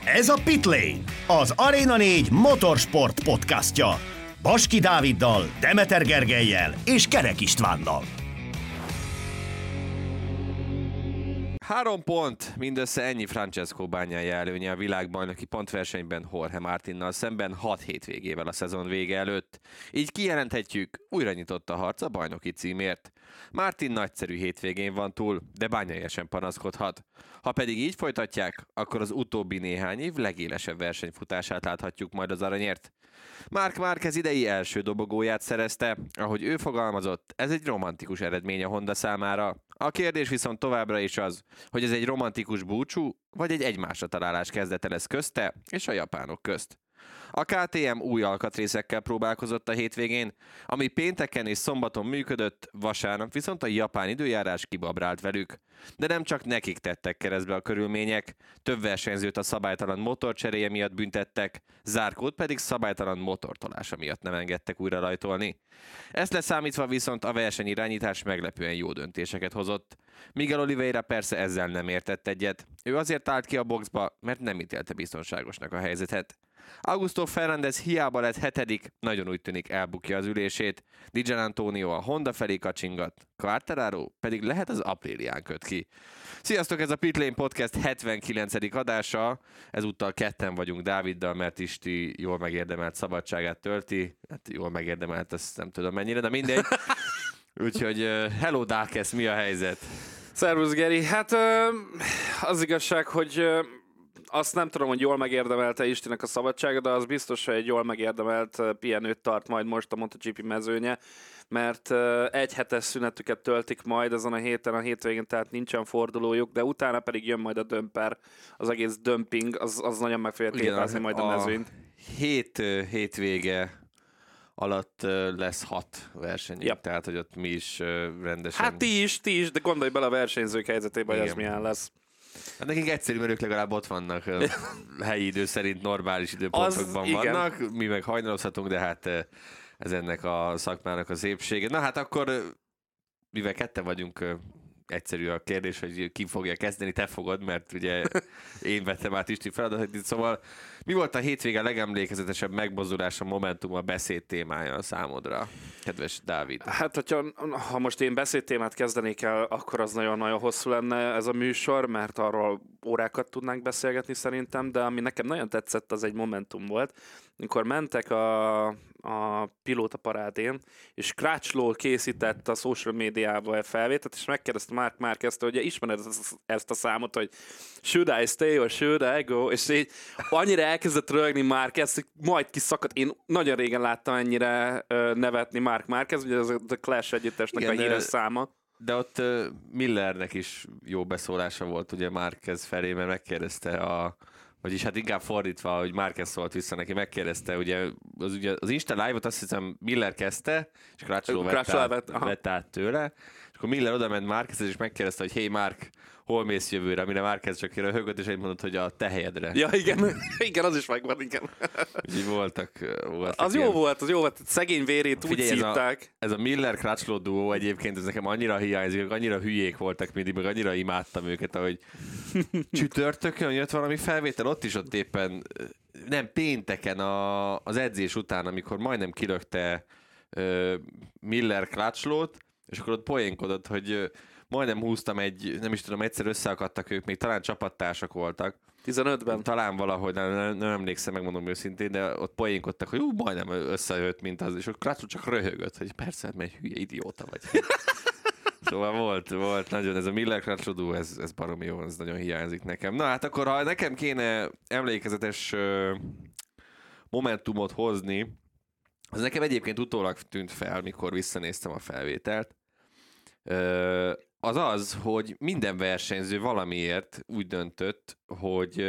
Ez a Pitlane, az Arena 4 motorsport podcastja. Baski Dáviddal, Demeter Gergellyel és Kerek Istvánnal. 3 pont, mindössze ennyi Francesco Bagnaia előnye a világbajnoki pontversenyben Jorge Martinnal szemben 6 hétvégével a szezon vége előtt. Így kijelenthetjük, újra nyitott a harc a bajnoki címért. Martin nagyszerű hétvégén van túl, de Bagnaia sem panaszkodhat. Ha pedig így folytatják, akkor az utóbbi néhány év legélesebb versenyfutását láthatjuk majd az aranyért. Marc Márquez idei első dobogóját szerezte, ahogy ő fogalmazott, ez egy romantikus eredmény a Honda számára. A kérdés viszont továbbra is az, hogy ez egy romantikus búcsú, vagy egy egymásra találás kezdete lesz közte és a japánok közt. A KTM új alkatrészekkel próbálkozott a hétvégén, ami pénteken és szombaton működött, vasárnap viszont a japán időjárás kibabrált velük. De nem csak nekik tettek keresztbe a körülmények, több versenyzőt a szabálytalan motorcseréje miatt büntettek, Zarcót pedig szabálytalan motortolása miatt nem engedtek újra rajtolni. Ezt leszámítva viszont a versenyirányítás meglepően jó döntéseket hozott. Miguel Oliveira persze ezzel nem értett egyet. Ő azért állt ki a boxba, mert nem ítélte biztonságosnak a helyzetet. Augusto Fernández hiába lett 7., nagyon úgy tűnik elbukja az ülését, Di Giannantonio a Honda felé kacsingat, Quartararo pedig lehet az Aprilián köt ki. Sziasztok, ez a Pitlane Podcast 79. adása, ezúttal ketten vagyunk Dáviddal, mert Isti jól megérdemelt szabadságát tölti, hát jól megérdemelt, azt nem tudom mennyire, de mindegy. Úgyhogy hello Dákesz, mi a helyzet? Szervusz Geri, hát az igazság, hogy azt nem tudom, hogy jól megérdemelte Istinek a szabadsága, de az biztos, hogy egy jól megérdemelt pihenőt tart majd most a MotoGP mezőnye, mert egy hetes szünetüket töltik majd ezen a héten, a hétvégén, tehát nincsen fordulójuk, de utána pedig jön majd a dömper, az egész dömping, az nagyon meg fogja tépázni majd a mezőnyt. 7 hétvége alatt lesz 6 verseny, yep. Tehát hogy ott mi is rendesen... Hát ti is, de gondolj bele a versenyzők helyzetében, hogy ez milyen lesz. Hát nekik egyszerű, mert ők legalább ott vannak, helyi idő szerint normális időpontokban vannak, mi meg hajnalozhatunk, de hát ez ennek a szakmának a szépsége. Na hát akkor, mivel ketten vagyunk, egyszerű a kérdés, hogy ki fogja kezdeni, te fogod, mert ugye én vettem át Isti feladatot, szóval mi volt a hétvége legemlékezetesebb megmozdulása, momentum, a beszéd témája számodra, kedves Dávid? Hát, ha most én beszédtémát kezdenék el, akkor az nagyon-nagyon hosszú lenne ez a műsor, mert arról órákat tudnánk beszélgetni szerintem, de ami nekem nagyon tetszett, az egy momentum volt, amikor mentek a pilóta parádén, és Crutchlow készített a social médiával felvételt, és megkérdezte Marc Márquez-től, hogy ismered ezt a számot, hogy should I stay or should I go, és így annyira elkezdett röhögni Márquez, hogy majd kiszakadt. Én nagyon régen láttam ennyire nevetni Marc Márquez, ugye ez a The Clash együttesnek igen, a híres száma. De ott Millernek is jó beszólása volt ugye Márquez felé, mert megkérdezte vagyis hát inkább fordítva, hogy Márquez szólt vissza neki, megkérdezte, ugye az Insta Live-ot azt hiszem Miller kezdte, és Crutchlow vett át tőle, és akkor Miller oda ment Márquezhez, és megkérdezte, hogy hey Mark, hol mész jövőre, amire Márquez csak röhögött, és egy mondott, hogy a te helyedre. Ja, igen, az is megvan, igen. Úgyhogy voltak az ilyen. jó volt, szegény vérét úgy szívták. Ez a Miller-Crutchlow duó egyébként, ez nekem annyira hiányzik, annyira hülyék voltak mindig, meg annyira imádtam őket, ahogy csütörtökön jött valami felvétel, ott éppen, nem pénteken az edzés után, amikor majdnem kilökte Miller-Crutchlow-t, és akkor ott poénkodott, hogy majdnem húztam nem is tudom, egyszer összeakadtak ők, még talán csapattársak voltak. 15-ben. Talán valahogy, nem emlékszem, megmondom őszintén, de ott poénkodtak, hogy majdnem összejött, mint az, és akkor Crutchlow csak röhögött, hogy persze, mert hülye idióta vagy. Szóval volt nagyon, ez a Miller-Crutchlow duó, ez baromi jó, ez nagyon hiányzik nekem. Na hát akkor, ha nekem kéne emlékezetes momentumot hozni, az nekem egyébként utólag tűnt fel, mikor visszanéztem a felvételt, az, hogy minden versenyző valamiért úgy döntött, hogy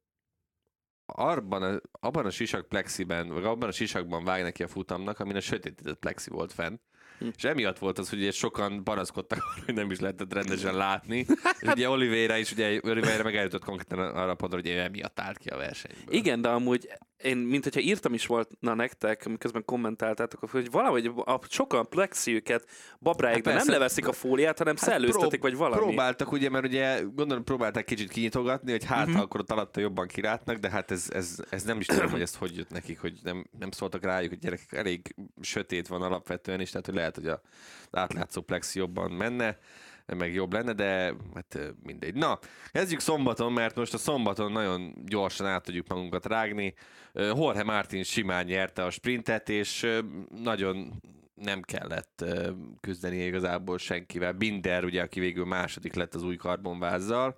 abban a sisak plexiben, vagy abban a sisakban vág neki a futamnak, amin a sötétített plexi volt fenn. És emiatt volt az, hogy sokan panaszkodtak arra, hogy nem is lehetett rendesen látni. És ugye Oliveira meg eljutott konkrétan arra a pontra, hogy emiatt állt ki a versenyből. Igen, de amúgy én, mint hogyha írtam is volna nektek, miközben kommentáltátok, hogy valahogy sokan plexiüket babráig, de nem leveszik a fóliát, hanem szellőztetik, vagy valami. Próbáltak, ugye, mert ugye gondolom próbálták kicsit kinyitogatni, hogy hát akkor ott alatta jobban kilátnak, de hát ez nem is tudom, hogy ezt hogy jött nekik, hogy nem szóltak rájuk, hogy gyerekek, elég sötét van alapvetően is, tehát hogy lehet, hogy az átlátszó plexi jobban menne, meg jobb lenne, de hát mindegy. Na, kezdjük szombaton, mert most a szombaton nagyon gyorsan át tudjuk magunkat rágni. Jorge Martin simán nyerte a sprintet, és nagyon nem kellett küzdeni igazából senkivel. Binder, ugye, aki végül második lett az új karbonvázzal.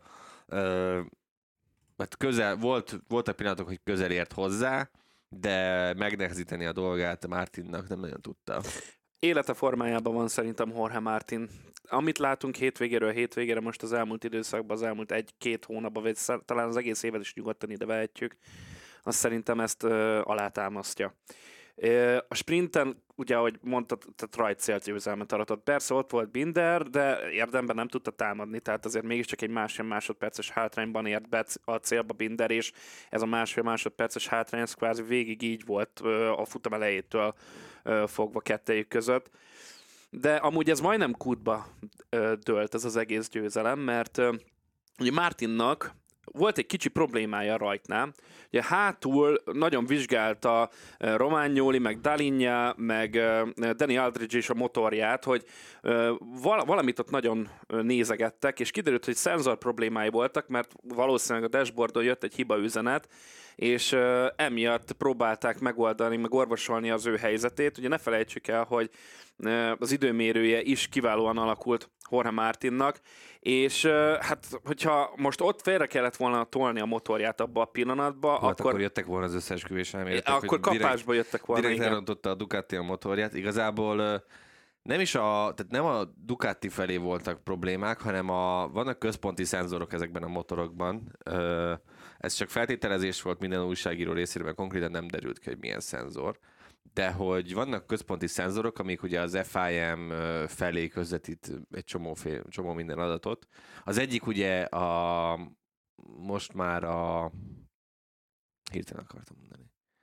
Hát voltak pillanatok, hogy közel ért hozzá, de megnehezíteni a dolgát Martinnak nem nagyon tudta. Élete formájában van szerintem Jorge Martin. Amit látunk hétvégéről hétvégére most az elmúlt időszakban, az elmúlt 1-2 hónapban, vagy talán az egész évet is nyugodtan ide vehetjük, azt szerintem ezt alátámasztja. A sprinten, ugye ahogy mondtad, tehát rajtcélt győzelmet aratott. Persze ott volt Binder, de érdemben nem tudta támadni, tehát azért mégiscsak egy másfél másodperces hátrányban ért be a célba Binder, és ez a másfél másodperces hátrány, ez kvázi végig így volt a futam elejétől fogva kettejük között. De amúgy ez majdnem kútba dőlt ez az egész győzelem, mert ugye Martinnak volt egy kicsi problémája rajtnál. Ugye hátul nagyon vizsgálta Romagnoli, meg Dalinja, meg Danny Aldridge és a motorját, hogy valamit ott nagyon nézegettek, és kiderült, hogy szenzor problémái voltak, mert valószínűleg a dashboardon jött egy hibaüzenet, és emiatt próbálták megoldani, meg orvosolni az ő helyzetét. Ugye ne felejtsük el, hogy az időmérője is kiválóan alakult Jorge Martinnak, és hát, hogyha most ott félre kellett volna tolni a motorját abba a pillanatba, hát akkor jöttek volna az összeesküvés elméletek. Akkor kapásba jöttek volna. Direkt elrontotta a Ducati a motorját. Igazából tehát nem a Ducati felé voltak problémák, hanem vannak központi szenzorok ezekben a motorokban. Ez csak feltételezés volt minden újságíró részéről, mert konkrétan nem derült ki, hogy milyen szenzor. De hogy vannak központi szenzorok, amik ugye az FIM felé közvetít egy csomó minden adatot. Az egyik ugye most már hirtelen akartam mondani.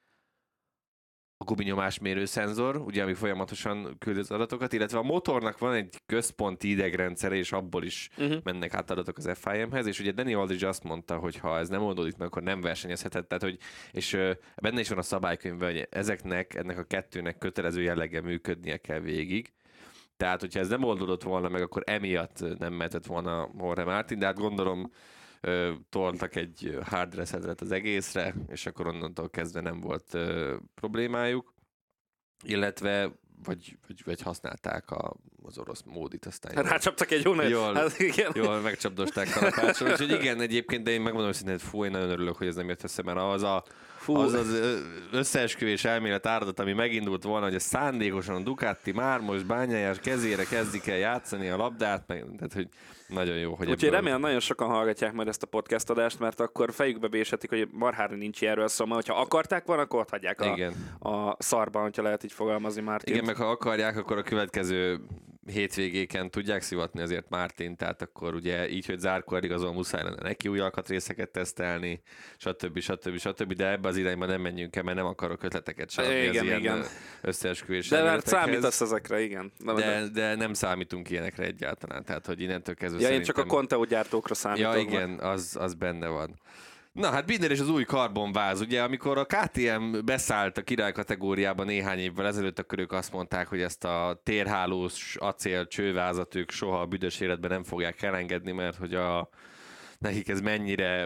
A guminyomásmérő szenzor, ugye, ami folyamatosan küldi az adatokat, illetve a motornak van egy központi idegrendszere, és abból is mennek át adatok az FIM-hez, és ugye Danny Aldridge azt mondta, hogy ha ez nem oldódik meg, akkor nem versenyezhetett, tehát, és benne is van a szabálykönyvben, hogy ennek a kettőnek kötelező jelleggel működnie kell végig. Tehát, hogyha ez nem oldódott volna meg, akkor emiatt nem mehetett volna Jorge Martin, de hát gondolom toltak egy hard resetet az egészre, és akkor onnantól kezdve nem volt problémájuk, illetve vagy használták az orosz módit, aztán rácsaptak egy jól megcsapdosták kalapácsol, úgyhogy igen, egyébként, de én megmondom hogy fú, én nagyon örülök, hogy ez nem jött össze, mert az összeesküvés elmélet áradat, ami megindult volna, hogy szándékosan a Ducati már most Bányájás kezére kezdik el játszani a labdát, tehát hogy nagyon jó, hogy úgyhogy remélem nagyon sokan hallgatják majd ezt a podcast adást, mert akkor fejükbe véshetik, hogy marhára nincs ilyenről szó, mert hogyha akarták volna, akkor ott hagyják a szarban, hogyha lehet így fogalmazni Martint. Igen, meg ha akarják, akkor a következő hétvégéken tudják szivatni azért Martin, tehát akkor ugye így, hogy zárkor eligazol muszáj lenne neki új alkatrészeket tesztelni, stb. De ebbe az irányba nem menjünk el, mert nem akarok ötleteket sem adni az ilyen összeesküvés elméletekhez. De mert számítasz ezekre, igen. De nem számítunk ilyenekre egyáltalán, tehát hogy innentől kezdve én csak a Conteo gyártókra számítok. Ja, igen, az benne van. Na hát Binder és az új karbonváz, ugye amikor a KTM beszállt a király kategóriában néhány évvel ezelőtt, akkor ők azt mondták, hogy ezt a térhálós acél csővázat ők soha a büdös életben nem fogják elengedni, mert hogy nekik ez mennyire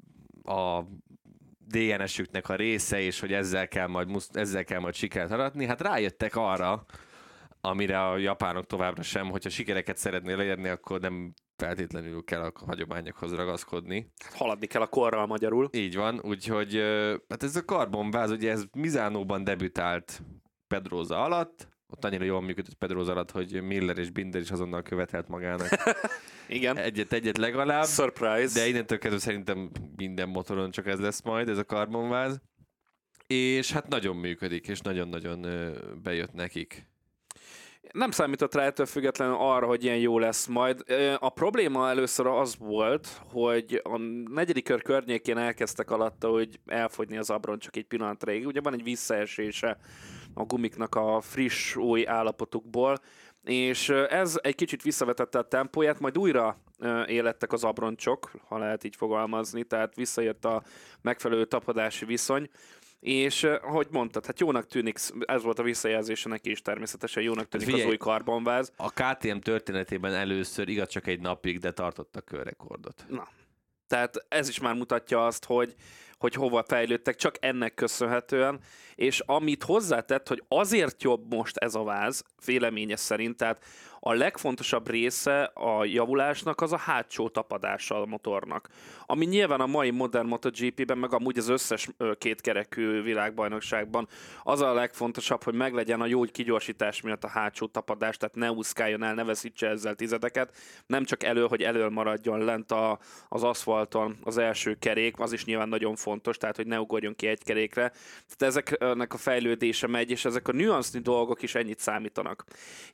a DNS-üknek a része, és hogy ezzel kell majd sikert aratni. Hát rájöttek arra, amire a japánok továbbra sem, hogyha sikereket szeretnél elérni, akkor nem feltétlenül kell a hagyományokhoz ragaszkodni. Haladni kell a korral magyarul. Így van, úgyhogy hát ez a karbonváz, ugye ez Misánóban debütált Pedrosa alatt, ott annyira jól működött Pedrosa alatt, hogy Miller és Binder is azonnal követelt magának. Igen. Egyet legalább. Surprise. De innentől kezdve szerintem minden motoron csak ez lesz majd, ez a karbonváz. És hát nagyon működik, és nagyon-nagyon bejött nekik. Nem számított rá ettől függetlenül arra, hogy ilyen jó lesz majd. A probléma először az volt, hogy a 4. kör környékén elkezdtek alatta, hogy elfogyni az abroncsok egy pillanatra. Ugye van egy visszaesése a gumiknak a friss, új állapotukból, és ez egy kicsit visszavetette a tempóját, majd újra élettek az abroncsok, ha lehet így fogalmazni, tehát visszajött a megfelelő tapadási viszony, és ahogy mondtad, hát jónak tűnik, ez volt a visszajelzése neki is természetesen, jónak tűnik az új karbonváz. A KTM történetében először, igaz csak egy napig, de tartotta körrekordot. Na, tehát ez is már mutatja azt, hogy hova fejlődtek, csak ennek köszönhetően, és amit hozzátett, hogy azért jobb most ez a váz, véleménye szerint, tehát a legfontosabb része a javulásnak az a hátsó tapadása a motornak. Ami nyilván a mai modern MotoGP-ben, meg amúgy az összes kétkerekű világbajnokságban az a legfontosabb, hogy meglegyen a jó kigyorsítás miatt a hátsó tapadás, tehát ne úszkáljon el, ne veszítse ezzel tizedeket, nem csak hogy elől maradjon lent az aszfalton az első kerék, az is nyilván nagyon fontos, tehát hogy ne ugorjon ki egy kerékre. Tehát ezeknek a fejlődése megy, és ezek a nüansznyi dolgok is ennyit számítanak.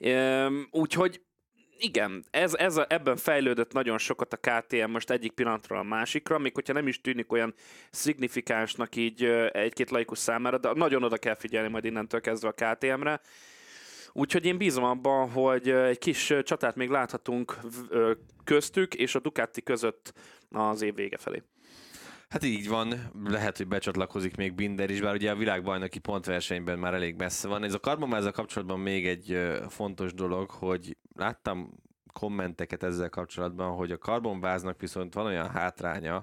Úgyhogy igen, ebben fejlődött nagyon sokat a KTM most egyik pillanatról a másikra, még hogyha nem is tűnik olyan szignifikánsnak így egy-két laikus számára, de nagyon oda kell figyelni majd innentől kezdve a KTM-re. Úgyhogy én bízom abban, hogy egy kis csatát még láthatunk köztük és a Ducati között az év vége felé. Hát így van, lehet, hogy becsatlakozik még Binder is, bár ugye a világbajnoki pontversenyben már elég messze van. Ez a karbonvázzal kapcsolatban még egy fontos dolog, hogy láttam kommenteket ezzel kapcsolatban, hogy a karbonváznak viszont van olyan hátránya,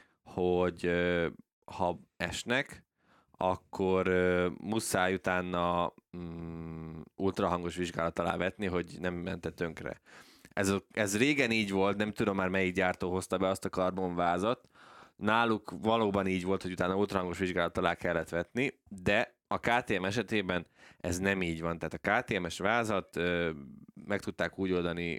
hogy ha esnek, akkor muszáj utána ultrahangos vizsgálat alá vetni, hogy nem mente tönkre. Ez régen így volt, nem tudom már melyik gyártó hozta be azt a karbonvázat. Náluk valóban így volt, hogy utána ultrahangos vizsgálat alá kellett vetni, de a KTM esetében ez nem így van. Tehát a KTM-es vázat meg tudták úgy oldani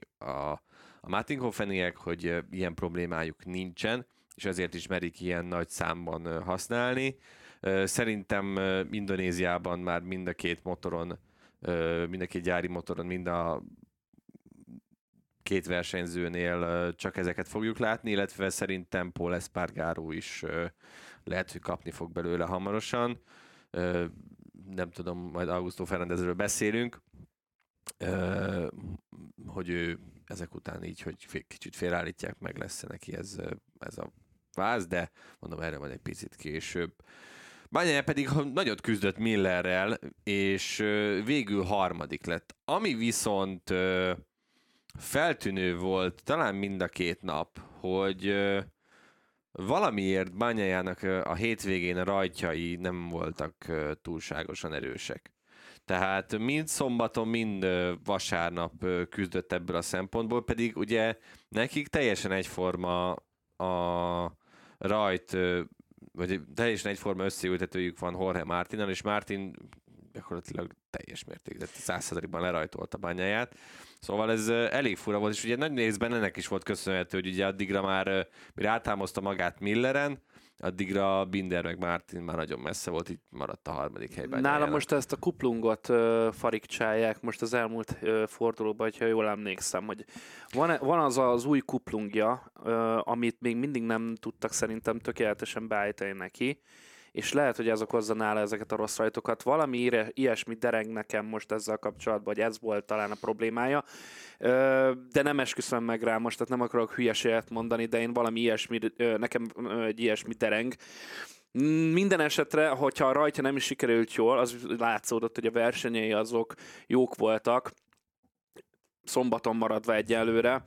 a Mattinghoffeniek, hogy ilyen problémájuk nincsen, és ezért is merik ilyen nagy számban használni. Szerintem Indonéziában már mind a két motoron, mind a két gyári motoron, mind a két versenyzőnél csak ezeket fogjuk látni, illetve szerintem Pol Espargaró is lehet, hogy kapni fog belőle hamarosan. Nem tudom, majd Augusto Fernándezről beszélünk, hogy ő ezek után így, hogy kicsit félreállítják, meg lesz neki ez a váz, de mondom, erre majd egy picit később. Bagnaia pedig nagyot küzdött Millerrel, és végül harmadik lett. Ami viszont feltűnő volt talán mind a két nap, hogy valamiért Bagnaiának a hétvégén a rajtjai nem voltak túlságosan erősek. Tehát mind szombaton, mind vasárnap küzdött ebből a szempontból, pedig ugye nekik teljesen egyforma a rajt, vagy teljesen egyforma összeültetőjük van Jorge Martinnal, és Martin gyakorlatilag teljes mértékben, 100%-ban lerajtolta Bagnaiát. Szóval ez elég fura volt, és ugye nagy részben ennek is volt köszönhető, hogy ugye addigra már, mire átámozta magát Milleren, addigra Binder meg Martin már nagyon messze volt, így maradt a harmadik helyben. Nálam most ezt a kuplungot farigcsálják most az elmúlt fordulóban, ha jól emlékszem, hogy van az új kuplungja, amit még mindig nem tudtak szerintem tökéletesen beállítani neki, és lehet, hogy ez okozza nála ezeket a rossz rajtokat. Valami ilyesmi dereng nekem most ezzel kapcsolatban, hogy ez volt talán a problémája, de nem esküszöm meg rá most, tehát nem akarok hülyeséget mondani, de én valami ilyesmi, nekem egy ilyesmi dereng. Minden esetre, hogyha a rajtja nem is sikerült jól, az látszódott, hogy a versenyei azok jók voltak, szombaton maradva egyelőre.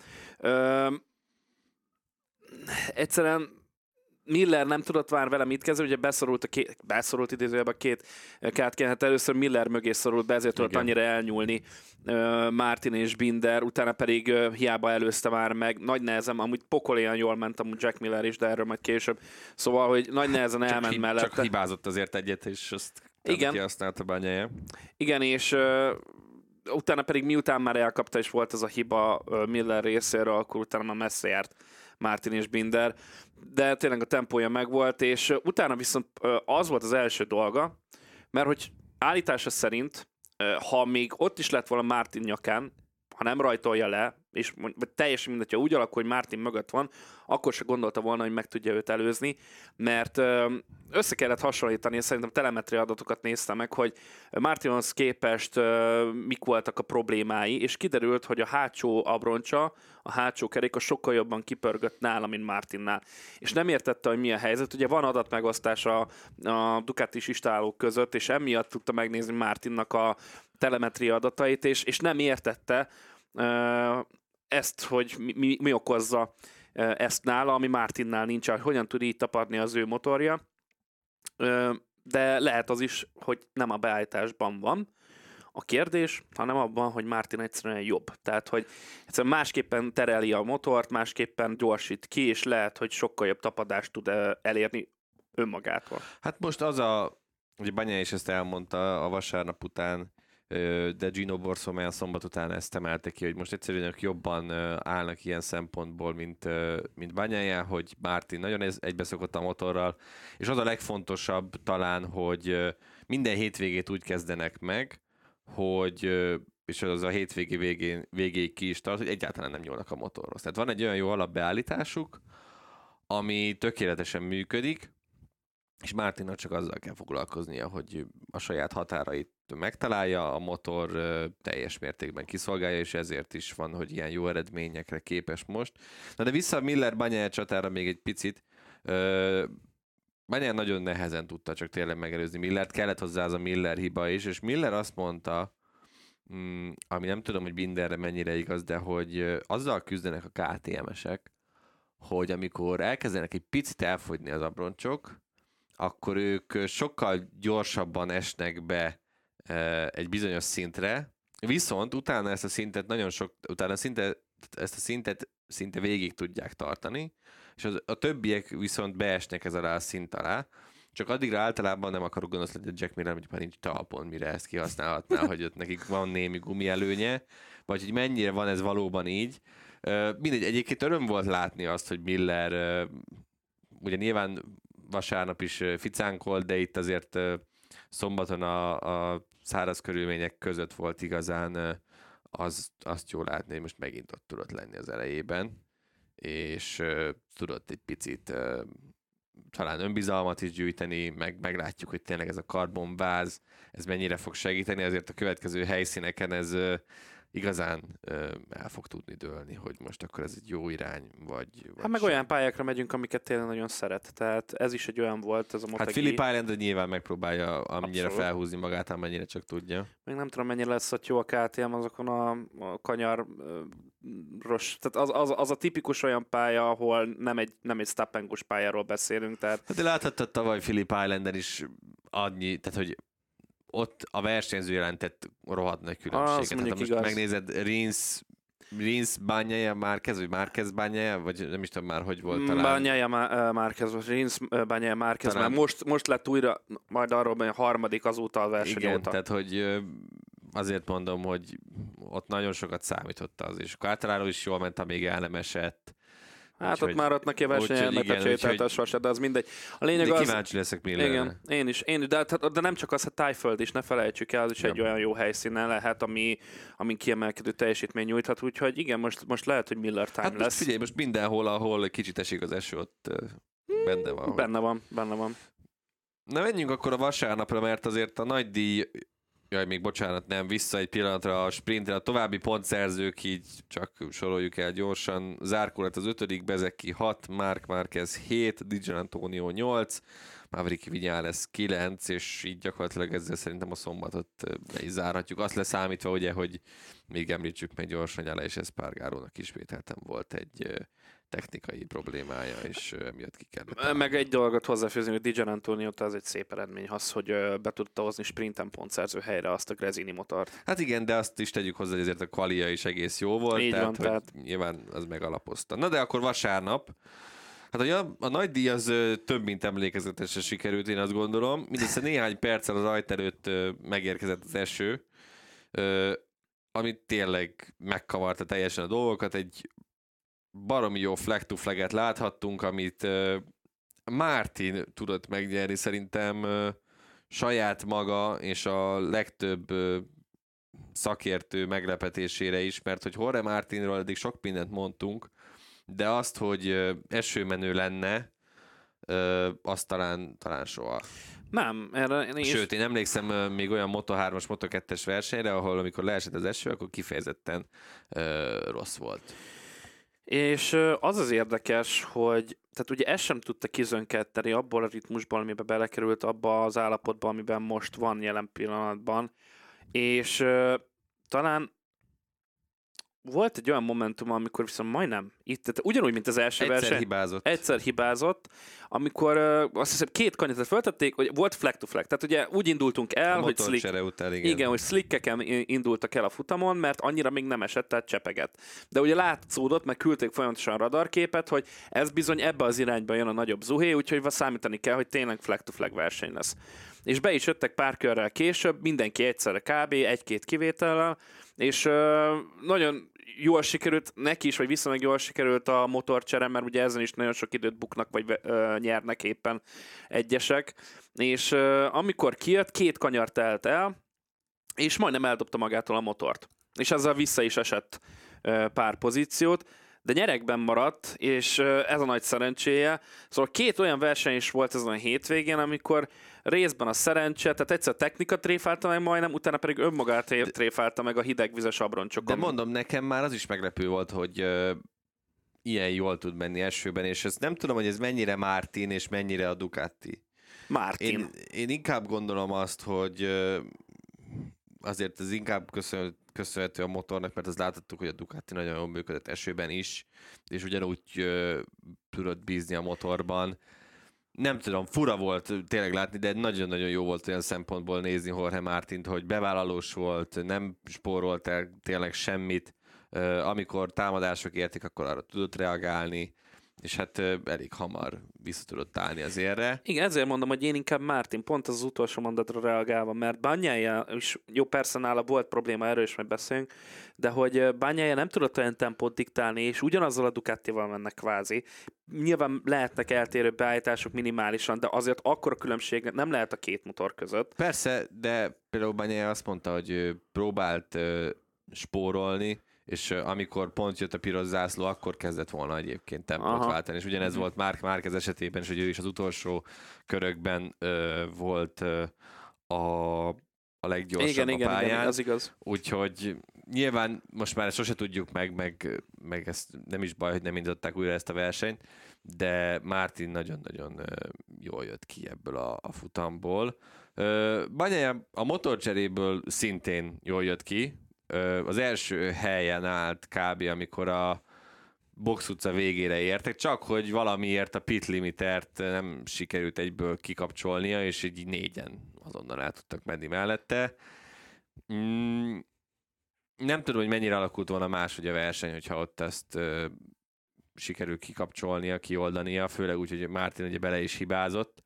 Egyszerűen Miller nem tudott már vele mit kezdeni, ugye beszorult idézőjelben két KTM, hát először Miller mögé szorult be, ezért tudott annyira elnyúlni Martin és Binder, utána pedig hiába előzte már meg, nagy nehezen, amúgy pokoléan jól ment amúgy Jack Miller is, de erről majd később, szóval, hogy nagy nehezen elment mellette. Csak hibázott azért egyet, és azt kihasználta Bagnaia. Igen, és utána pedig miután már elkapta, és volt ez a hiba Miller részéről, akkor utána már messze járt Martin és Binder, de tényleg a tempója megvolt, és utána viszont az volt az első dolga, mert hogy állítása szerint ha még ott is lett volna Martin nyakán, ha nem rajtolja le, és teljesen mindegy, ha úgy alakul, hogy Martin mögött van, akkor se gondolta volna, hogy meg tudja őt előzni, mert össze kellett hasonlítani, és szerintem telemetri adatokat néztem meg, hogy Martinhoz képest mik voltak a problémái, és kiderült, hogy a hátsó abroncsa, a hátsó kerék sokkal jobban kipörgött nála, mint Martinnál. És nem értette, hogy mi a helyzet. Ugye van adatmegosztás a Ducatis istálók között, és emiatt tudta megnézni Martinnak a telemetria adatait, és nem értette ezt, hogy mi okozza ezt nála, ami Martinnál nincs, hogy hogyan tud így tapadni az ő motorja. De lehet az is, hogy nem a beállításban van a kérdés, hanem abban, hogy Martin egyszerűen jobb. Tehát, hogy egyszerűen másképpen tereli a motort, másképpen gyorsít ki, és lehet, hogy sokkal jobb tapadást tud elérni önmagától. Hát most ugye Bagnaia is ezt elmondta a vasárnap után, de Gino Borsomean szombat után ezt emelte ki, hogy most egyszerűen ők jobban állnak ilyen szempontból, mint Bagnaia, hogy Martin nagyon egybeszokott a motorral, és az a legfontosabb talán, hogy minden hétvégét úgy kezdenek meg, hogy és az a hétvégi végéig ki is tart, hogy egyáltalán nem nyúlnak a motorhoz. Tehát van egy olyan jó alapbeállításuk, ami tökéletesen működik, és Martinnak csak azzal kell foglalkoznia, hogy a saját határait megtalálja, a motor teljes mértékben kiszolgálja, és ezért is van, hogy ilyen jó eredményekre képes most. Na de vissza a Miller-Bagnaia csatára még egy picit. Bagnaia nagyon nehezen tudta csak tényleg megelőzni Millert, kellett hozzá az a Miller hiba is, és Miller azt mondta, ami nem tudom, hogy mindenre mennyire igaz, de hogy azzal küzdenek a KTM-esek, hogy amikor elkezdenek egy picit elfogyni az abroncsok, akkor ők sokkal gyorsabban esnek be egy bizonyos szintre, viszont utána ezt a szintet szinte végig tudják tartani, és a többiek viszont beesnek ez alá a szint alá, csak addigra általában nem akarok gonosz lenni, hogy Jack Miller, hogy már nincs talpon, mire ezt kihasználhatná, hogy ott nekik van némi gumi előnye, vagy hogy mennyire van ez valóban így. Mindegy, egyébként öröm volt látni azt, hogy Miller ugye nyilván vasárnap is ficánkolt, de itt azért szombaton a száraz körülmények között volt igazán azt jól látni, hogy most megint ott tudott lenni az elejében, és tudott egy picit talán önbizalmat is gyűjteni, meglátjuk, hogy tényleg ez a karbonváz, ez mennyire fog segíteni, azért a következő helyszíneken ez igazán el fog tudni dőlni, hogy most akkor ez egy jó irány, vagy hát meg olyan pályákra megyünk, amiket tényleg nagyon szeret. Tehát ez is egy olyan volt, ez a Motegi. Hát Phillip Island nyilván megpróbálja amennyire abszolút felhúzni magát, amennyire csak tudja. Még nem tudom, mennyire lesz ott jó a KTM azokon a kanyar tehát az a tipikus olyan pálya, ahol nem egy stop and go pályáról beszélünk. Tehát... Hát de láthattad tavaly Phillip Islanden is annyi, tehát hogy ott a versenyző jelentett rohadt nagy különbséget. Hát, most megnézed Rins Bagnaia Márquez, vagy Márquez Bagnaia, vagy nem is tudom már, hogy volt talán. Bagnaia Márquez, vagy Rins Bagnaia Márquez, mert most lett újra, majd arról, hogy a harmadik azóta a verseny igen, óta. Tehát, hogy azért mondom, hogy ott nagyon sokat számított az, és Quartararo is jól ment, amíg el nem esett. Hát ott már ott neki a versenyelmetecsét, tehát az sose, de az mindegy. A lényeg de az... kíváncsi leszek Millerre. Igen, én is, de nem csak az, a Tájföld is, ne felejtsük el, az is egy olyan jó helyszínen lehet, amin kiemelkedő teljesítmény nyújthat, úgyhogy igen, most lehet, hogy Miller time hát lesz. Figyelj, most mindenhol, ahol kicsit esik az eső, ott benne van. Benne van. Na menjünk akkor a vasárnapra, mert azért a nagy díj, még bocsánat, nem, vissza egy pillanatra a sprintre, a további pontszerzők, így csak soroljuk el gyorsan. Zarco lett az 5., Bezeki 6, Marc Márquez 7, Di Giannantonio 8, Maverick Viñales 9, és így gyakorlatilag ezzel szerintem a szombatot be is zárhatjuk. Azt leszámítva ugye, hogy még említsük meg gyorsan, hogy Aleix Espargarónak ismételten volt egy technikai problémája, és emiatt ki kellett. Meg egy dolgot hozzáfűzni, hogy Di Giannantonio az egy szép eredmény, az, hogy be tudta hozni sprinten pontszerző helyre azt a Gresini motort. Hát igen, de azt is tegyük hozzá, hogy ezért a kvalia is egész jó volt, így tehát, van, hogy nyilván az megalapozta. Na de akkor vasárnap, hát a nagy díj az több, mint emlékezetesen sikerült, én azt gondolom. Mindössze néhány perccel az ajt előtt megérkezett az eső, amit tényleg megkavarta teljesen a dolgokat. Egy baromi jó flag-to-flaget láthattunk, amit Martin tudott megnyerni szerintem saját maga, és a legtöbb szakértő meglepetésére is, mert hogy Jorge Martinról eddig sok mindent mondtunk, de azt, hogy esőmenő lenne, azt talán soha. Nem, erre én is... Sőt, én emlékszem még olyan Moto3-as, Moto2-es versenyre, ahol amikor leesett az eső, akkor kifejezetten rossz volt. És az érdekes, hogy tehát ugye ezt sem tudta kizönketteni abból a ritmusból, amiben belekerült, abba az állapotban, amiben most van jelen pillanatban, és talán volt egy olyan momentum, amikor viszont majdnem itt, tehát ugyanúgy, mint az első verseny. Egyszer hibázott, amikor azt hiszem 2 kanyatot föltették, hogy volt flag to flag. Tehát ugye úgy indultunk el, hogy hogy slickeken indultak el a futamon, mert annyira még nem esett, tehát csepegett. De ugye látszódott, meg küldték folyamatosan radarképet, hogy ez bizony ebbe az irányba jön a nagyobb zuhé, úgyhogy számítani kell, hogy tényleg flag to flag verseny lesz. És be is jöttek pár körrel később, mindenki egyszerre kb. 1-2 kivétellel, és nagyon jól sikerült neki is, vagy viszonylag jól sikerült a motorcsere, mert ugye ezen is nagyon sok időt buknak, vagy nyernek éppen egyesek. És amikor kijött, 2 kanyar telt el, és majdnem eldobta magától a motort. És ezzel vissza is esett pár pozíciót, de nyerekben maradt, és ez a nagy szerencséje. Szóval 2 olyan verseny is volt ezen a hétvégén, amikor részben a szerencse, tehát egyszer technika tréfálta meg majdnem, utána pedig önmagát tréfálta meg a hidegvizes abroncsokon. De mondom, nekem már az is meglepő volt, hogy ilyen jól tud menni esőben, és ezt nem tudom, hogy ez mennyire Martin, és mennyire a Ducati. Martin. Én inkább gondolom azt, hogy azért ez inkább köszönhető a motornak, mert azt láthattuk, hogy a Ducati nagyon jól működött esőben is, és ugyanúgy tudott bízni a motorban. Nem tudom, fura volt tényleg látni, de nagyon-nagyon jó volt olyan szempontból nézni Jorge Martint, hogy bevállalós volt, nem spórolt el tényleg semmit, amikor támadások érték, akkor arra tudott reagálni, és hát elég hamar vissza tudott állni az érre. Igen, ezért mondom, hogy én inkább Martin, pont az utolsó mondatra reagálva, mert Bagnaia is, jó persze nála volt probléma, erről is majd beszélünk, de hogy Bagnaia nem tudott olyan tempót diktálni, és ugyanazzal a Ducatival mennek kvázi. Nyilván lehetnek eltérő beállítások minimálisan, de azért akkora különbség nem lehet a 2 motor között. Persze, de például Bagnaia azt mondta, hogy ő próbált spórolni, és amikor pont jött a piros zászló, akkor kezdett volna egyébként tempót váltani. És ugyanez volt Marc Márquez esetében is, hogy ő is az utolsó körökben volt a leggyorsabb a pályán. Igen, az igaz. Úgyhogy nyilván most már sose tudjuk meg ezt nem is baj, hogy nem indították újra ezt a versenyt, de Martin nagyon-nagyon jól jött ki ebből a futamból. Bagnaia a motorcseréből szintén jól jött ki, az első helyen állt kb. Amikor a box utca végére értek, csak hogy valamiért a pit limitert nem sikerült egyből kikapcsolnia, és így 4-en azonnal el tudtak menni mellette. Nem tudom, hogy mennyire alakult volna máshogy a verseny, hogyha ott ezt sikerül kikapcsolnia, kioldania, főleg úgy, hogy Martin ugye bele is hibázott,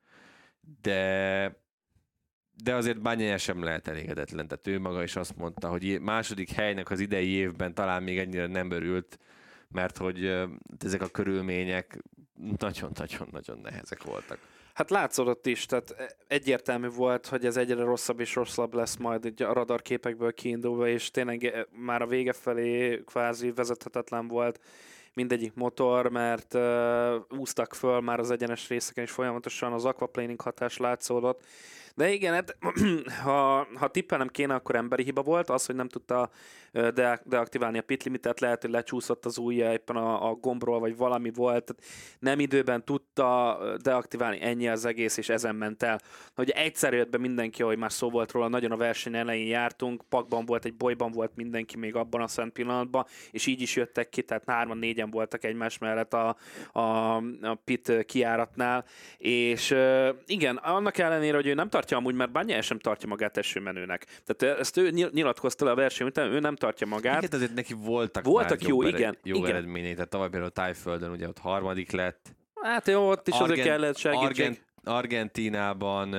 de azért Bagnaia sem lehet elégedetlen. Tehát ő maga is azt mondta, hogy második helynek az idei évben talán még ennyire nem örült, mert hogy ezek a körülmények nagyon-nagyon nehezek voltak. Hát látszódott is, tehát egyértelmű volt, hogy ez egyre rosszabb és rosszabb lesz majd így a radarképekből kiindulva, és tényleg már a vége felé kvázi vezethetetlen volt mindegyik motor, mert úsztak föl már az részeken is folyamatosan, az aquaplaning hatás látszódott. De igen, hát, ha tippelnem kéne, akkor emberi hiba volt, az, hogy nem tudta deaktiválni a pit limitet, lehet, hogy lecsúszott az ujja éppen a gombról, vagy valami volt, tehát nem időben tudta deaktiválni, ennyi az egész, és ezen ment el. Hogy egyszer jött be mindenki, ahogy már szó volt róla, nagyon a verseny elején jártunk, pakban volt, egy bolyban volt mindenki még abban a szent pillanatban, és így is jöttek ki, tehát 3-4-en voltak egymás mellett a pit kijáratnál, és igen, annak ellenére, hogy ő nem tartja amúgy, mert Bagnaia sem tartja magát esőmenőnek. Tehát ezt ő nyilatkozta le a verseny után, ő nem tartja magát. Igen, azért neki voltak jó eredményei, tehát tavaly például a Tájföldön ugye ott 3. lett. Hát jó, ott is azért kellett segítség. Argentínában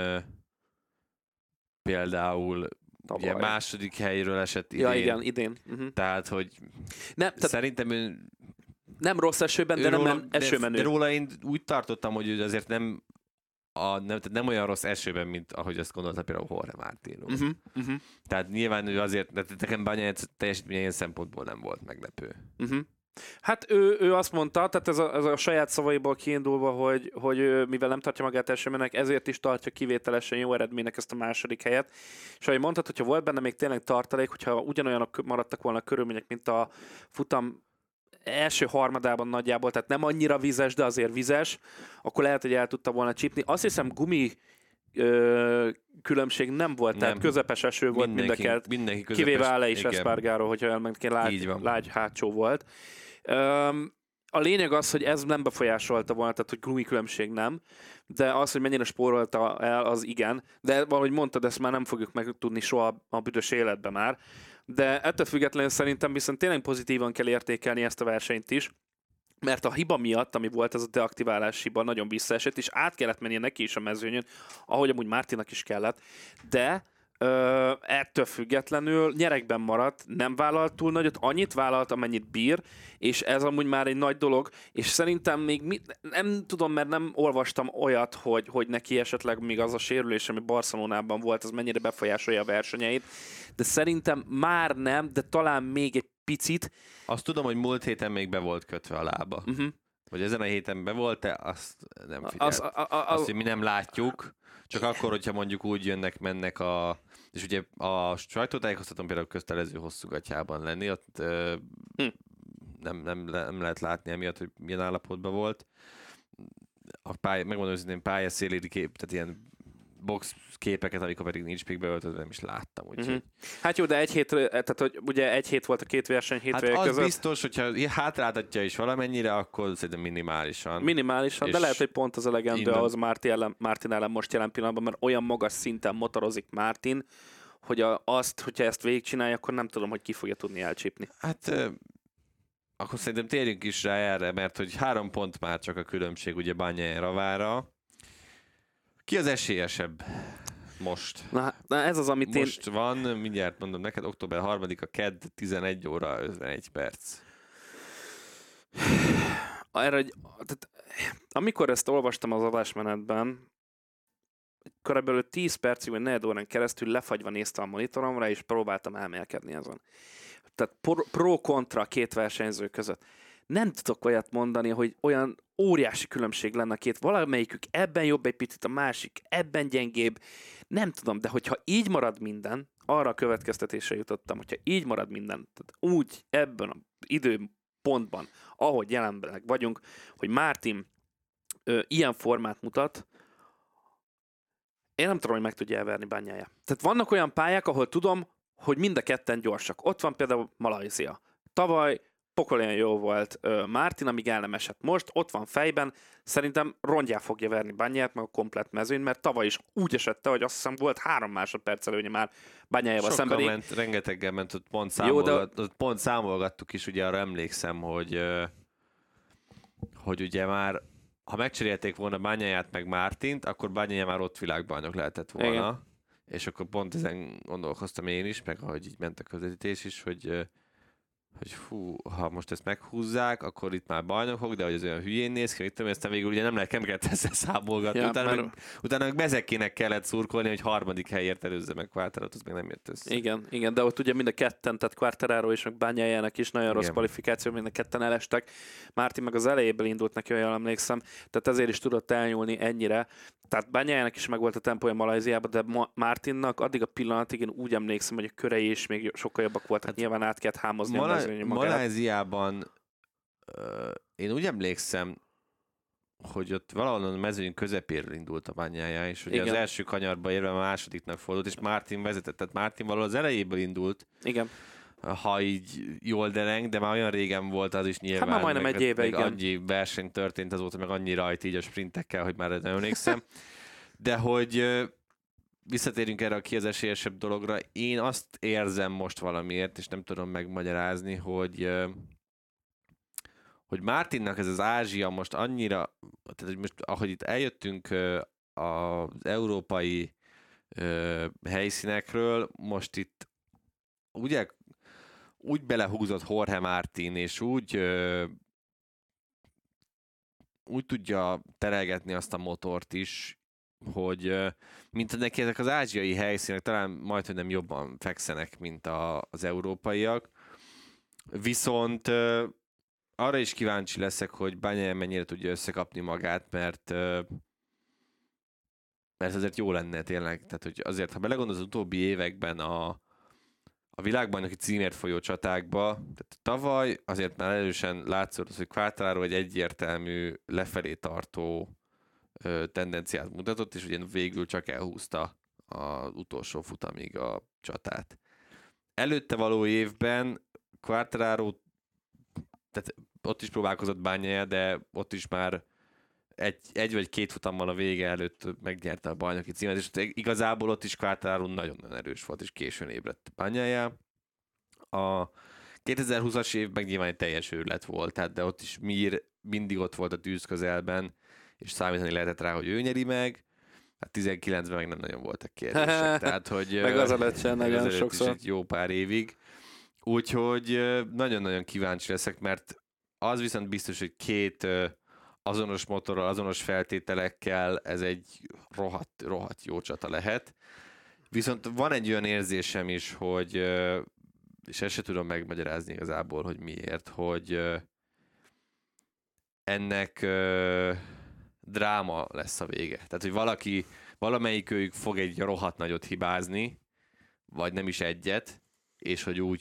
például ugye második helyről esett idén. Ja, igen, idén. Tehát, hogy szerintem ő nem rossz esőben, de nem esőmenő. De róla én úgy tartottam, hogy ő azért nem tehát nem olyan rossz esőben, mint ahogy azt gondolta például Jorge Martin. Tehát nyilván ő azért, de nekem Bagnaia teljesítménye ilyen szempontból nem volt meglepő. Hát ő azt mondta, tehát ez a saját szavaiból kiindulva, hogy ő, mivel nem tartja magát elsőmennek, ezért is tartja kivételesen jó eredménynek ezt a második helyet. És ahogy mondtad, hogyha volt benne még tényleg tartalék, hogyha ugyanolyanok maradtak volna a körülmények, mint a futam első harmadában nagyjából, tehát nem annyira vizes, de azért vizes, akkor lehet, hogy el tudta volna csípni. Azt hiszem gumi különbség nem volt, nem. Tehát közepes eső volt mindeket, kivéve Aleix és Espargaro, hogyha elmenként lágy hátsó volt. A lényeg az, hogy ez nem befolyásolta volna, tehát hogy gumi különbség nem, de az, hogy mennyire spórolta el, az igen, de valahogy mondtad, ezt már nem fogjuk megtudni soha a büdös életben már, de ettől függetlenül szerintem viszont tényleg pozitívan kell értékelni ezt a versenyt is, mert a hiba miatt, ami volt, ez a deaktiválás hiba nagyon visszaesett, és át kellett mennie neki is a mezőnyön, ahogy amúgy Martinnak is kellett, de ettől függetlenül nyerekben maradt, nem vállalt túl nagyot, annyit vállalt, amennyit bír, és ez amúgy már egy nagy dolog, és szerintem még nem tudom, mert nem olvastam olyat, hogy neki esetleg még az a sérülés, ami Barcelonában volt, az mennyire befolyásolja a versenyeit, de szerintem már nem, de talán még egy picit. Azt tudom, hogy múlt héten még be volt kötve a lába. Vagy ezen a héten be volt-e, azt nem figyelt. Azt, hogy mi nem látjuk, csak akkor, hogyha mondjuk úgy mennek és ugye a sajtótájékoztatón például kötelező hosszú gatyában lenni, ott nem lehet látni emiatt, hogy milyen állapotban volt. Megmondom őszintén pályaszéli tehát ilyen box képeket, amikor pedig nincs még beöltözve, nem is láttam. Úgyhogy... Hát jó, de tehát hogy ugye egy hét volt a két verseny hétvége között. között. Biztos, hogyha hátráltatja is valamennyire, akkor szerintem minimálisan. Minimálisan, de lehet, hogy pont az elegendő ahhoz Martin ellen most jelen pillanatban, mert olyan magas szinten motorozik Martin, hogy hogyha ezt végigcsinálja, akkor nem tudom, hogy ki fogja tudni elcsípni. Hát akkor szerintem térjünk is rá erre, mert hogy 3 pont már csak a különbség ugye Bagnaia Ravára. Ki az esélyesebb most? Na ez az, amit most van, mindjárt mondom neked, október 3-a kedd, 11 óra 51 perc. Tehát, amikor ezt olvastam az adásmenetben, körülbelül 10 percig vagy 4 órán keresztül lefagyva néztem a monitoromra, és próbáltam elmélkedni azon. Tehát pro-kontra két versenyző között. Nem tudok olyat mondani, hogy olyan óriási különbség lenne a két. Valamelyikük ebben jobb egy picit, a másik ebben gyengébb. Nem tudom, de hogyha így marad minden, arra a következtetésre jutottam, hogyha így marad minden, tehát úgy ebben az időpontban, ahogy jelenleg vagyunk, hogy Martin ilyen formát mutat, én nem tudom, hogy meg tudja elverni Bagnaia. Tehát vannak olyan pályák, ahol tudom, hogy mind a ketten gyorsak. Ott van például Malajzia. Tavaly pokolyan jó volt Martin, amíg el nem esett. Most ott van fejben, szerintem rongyá fogja verni Bagnaiát, meg a komplett mezőn, mert tavaly is úgy esett, hogy azt hiszem volt 3 másodperc előnye már Bagnaiával szemben. Ment, rengeteggel ment, ott pont számolgattuk is, ugye arra emlékszem, hogy ugye már ha megcserélték volna Bagnaiát meg Martint, akkor Bagnaia már ott világbajnok lehetett volna. Igen. És akkor pont ezen gondolkoztam én is, meg ahogy így ment a közvetítés is, hogy fú, ha most ezt meghúzzák, akkor itt már bajnokok, de hogy az olyan hülyén néz ki, mit aztán végül ugye nem lehet ezzel számolgatni. Ja, utána meg Bezzecchinek kellett szurkolni, hogy 3. helyért előzze meg Quartararo-t, az még nem jött össze. Igen, de ott ugye mind a ketten, tehát Quartararo és meg Bagnaiának is nagyon rossz kvalifikáció, mind a ketten elestek. Martin meg az elejéből indult neki, olyan emlékszem, tehát ezért is tudott elnyúlni ennyire. Tehát Bagnaiának is megvolt a tempója Malajziában, de Martinnak addig a pillanatig én úgy emlékszem, hogy a körei is még sokkal jobbak voltak, nyilván át kellett hámozni a mezőny magát. Malajziában én úgy emlékszem, hogy ott valahol a mezőny közepéről indult a Bagnaia, és ugye az első kanyarba érve a másodiknak fordult, és Martin vezetett, tehát Martin valahol az elejéből indult. Igen. Ha így jól dereng, de már olyan régen volt az is nyilván. Hát már majdnem egy éve, igen. Annyi verseny történt azóta, meg annyi rajt így a sprintekkel, hogy már nem emlékszem. De hogy visszatérünk erre a ki az esélyesebb dologra, én azt érzem most valamiért, és nem tudom megmagyarázni, hogy Martinnak ez az Ázsia most annyira, tehát most ahogy itt eljöttünk az európai helyszínekről, most itt ugye úgy belehúzott Jorge Martin, és úgy tudja terelgetni azt a motort is, mint neki ezek az ázsiai helyszínek talán majdhogy nem jobban fekszenek, mint az európaiak. Viszont arra is kíváncsi leszek, hogy Bagnaia mennyire tudja összekapni magát, mert azért jó lenne tényleg. Tehát, hogy azért, ha belegondolsz az utóbbi években a világbajnoki címért folyó csatákba, tehát tavaly azért már erősen látszott, hogy Quartararo egy egyértelmű lefelé tartó tendenciát mutatott, és ugye végül csak elhúzta az utolsó futamig a csatát. Előtte való évben Quartararo, tehát ott is próbálkozott Bagnaia, de ott is már egy vagy két futammal a vége előtt megnyerte a bajnoki címet, és igazából ott is Quartararo nagyon erős volt, és későn ébredt Bagnaia. A 2020-as év meg nyilván egy teljes őrület volt, tehát, de ott is Mir mindig ott volt a tűz közelben, és számítani lehetett rá, hogy ő nyeri meg. Hát 19-ben meg nem nagyon voltak kérdések. Tehát, hogy meg az előtt sem nagyon sokszor. Egy jó pár évig. Úgyhogy nagyon-nagyon kíváncsi leszek, mert az viszont biztos, hogy két azonos motorral, azonos feltételekkel ez egy rohadt jó csata lehet. Viszont van egy olyan érzésem is, hogy, és ezt se tudom megmagyarázni igazából, hogy miért, hogy ennek dráma lesz a vége. Tehát, hogy valamelyikőjük fog egy rohadt nagyot hibázni, vagy nem is egyet, és hogy úgy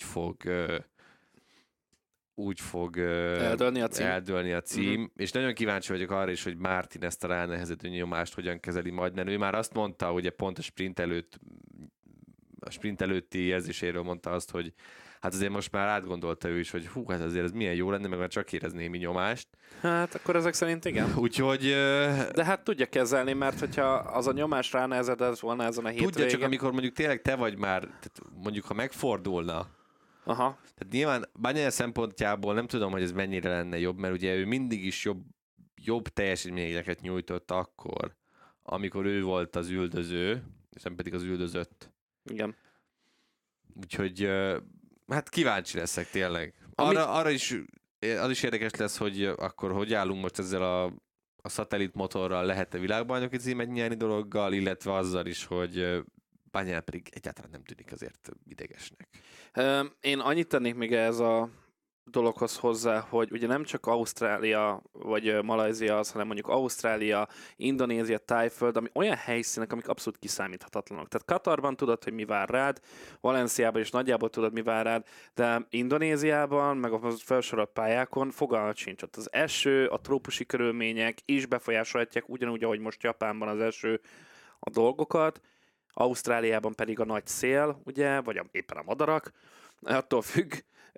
fog eldőlni a cím. És nagyon kíváncsi vagyok arra is, hogy Martin ezt a ránehezedő nyomást hogyan kezeli majd, mert ő már azt mondta, ugye pont a sprint előtti érzéséről mondta azt, hogy hát azért most már átgondolta ő is, hogy hát azért ez milyen jó lenne, meg már csak érez némi nyomást. Hát akkor ezek szerint igen. Úgyhogy... De hát tudja kezelni, mert hogyha az a nyomás ránehezedett volna ezen a hétvégén... Tudja, csak amikor mondjuk tényleg te vagy már, tehát mondjuk ha megfordulna, aha. Tehát nyilván Bagnaia szempontjából nem tudom, hogy ez mennyire lenne jobb, mert ugye ő mindig is jobb teljesítményeket nyújtott akkor, amikor ő volt az üldöző, és nem pedig az üldözött. Igen. Úgyhogy hát kíváncsi leszek tényleg. Arra is, az is érdekes lesz, hogy akkor hogy állunk most ezzel a szatellit motorral, lehet-e világbajnoki címet nyerni dologgal, illetve azzal is, hogy Bagnaia pedig egyáltalán nem tűnik azért idegesnek. Én annyit tennék még ez a dologhoz hozzá, hogy ugye nem csak Ausztrália vagy Malajzia az, hanem mondjuk Ausztrália, Indonézia, Tájföld, ami olyan helyszínek, amik abszolút kiszámíthatatlanok. Tehát Katarban tudod, hogy mi vár rád, Valenciában is nagyjából tudod, mi vár rád, de Indonéziában, meg a felsorolt pályákon fogalmat sincs. Ott az eső, a trópusi körülmények is befolyásolhatják, ugyanúgy, ahogy most Japánban az eső a dolgokat, Ausztráliában pedig a nagy szél, ugye, vagy éppen a madarak, attól függ.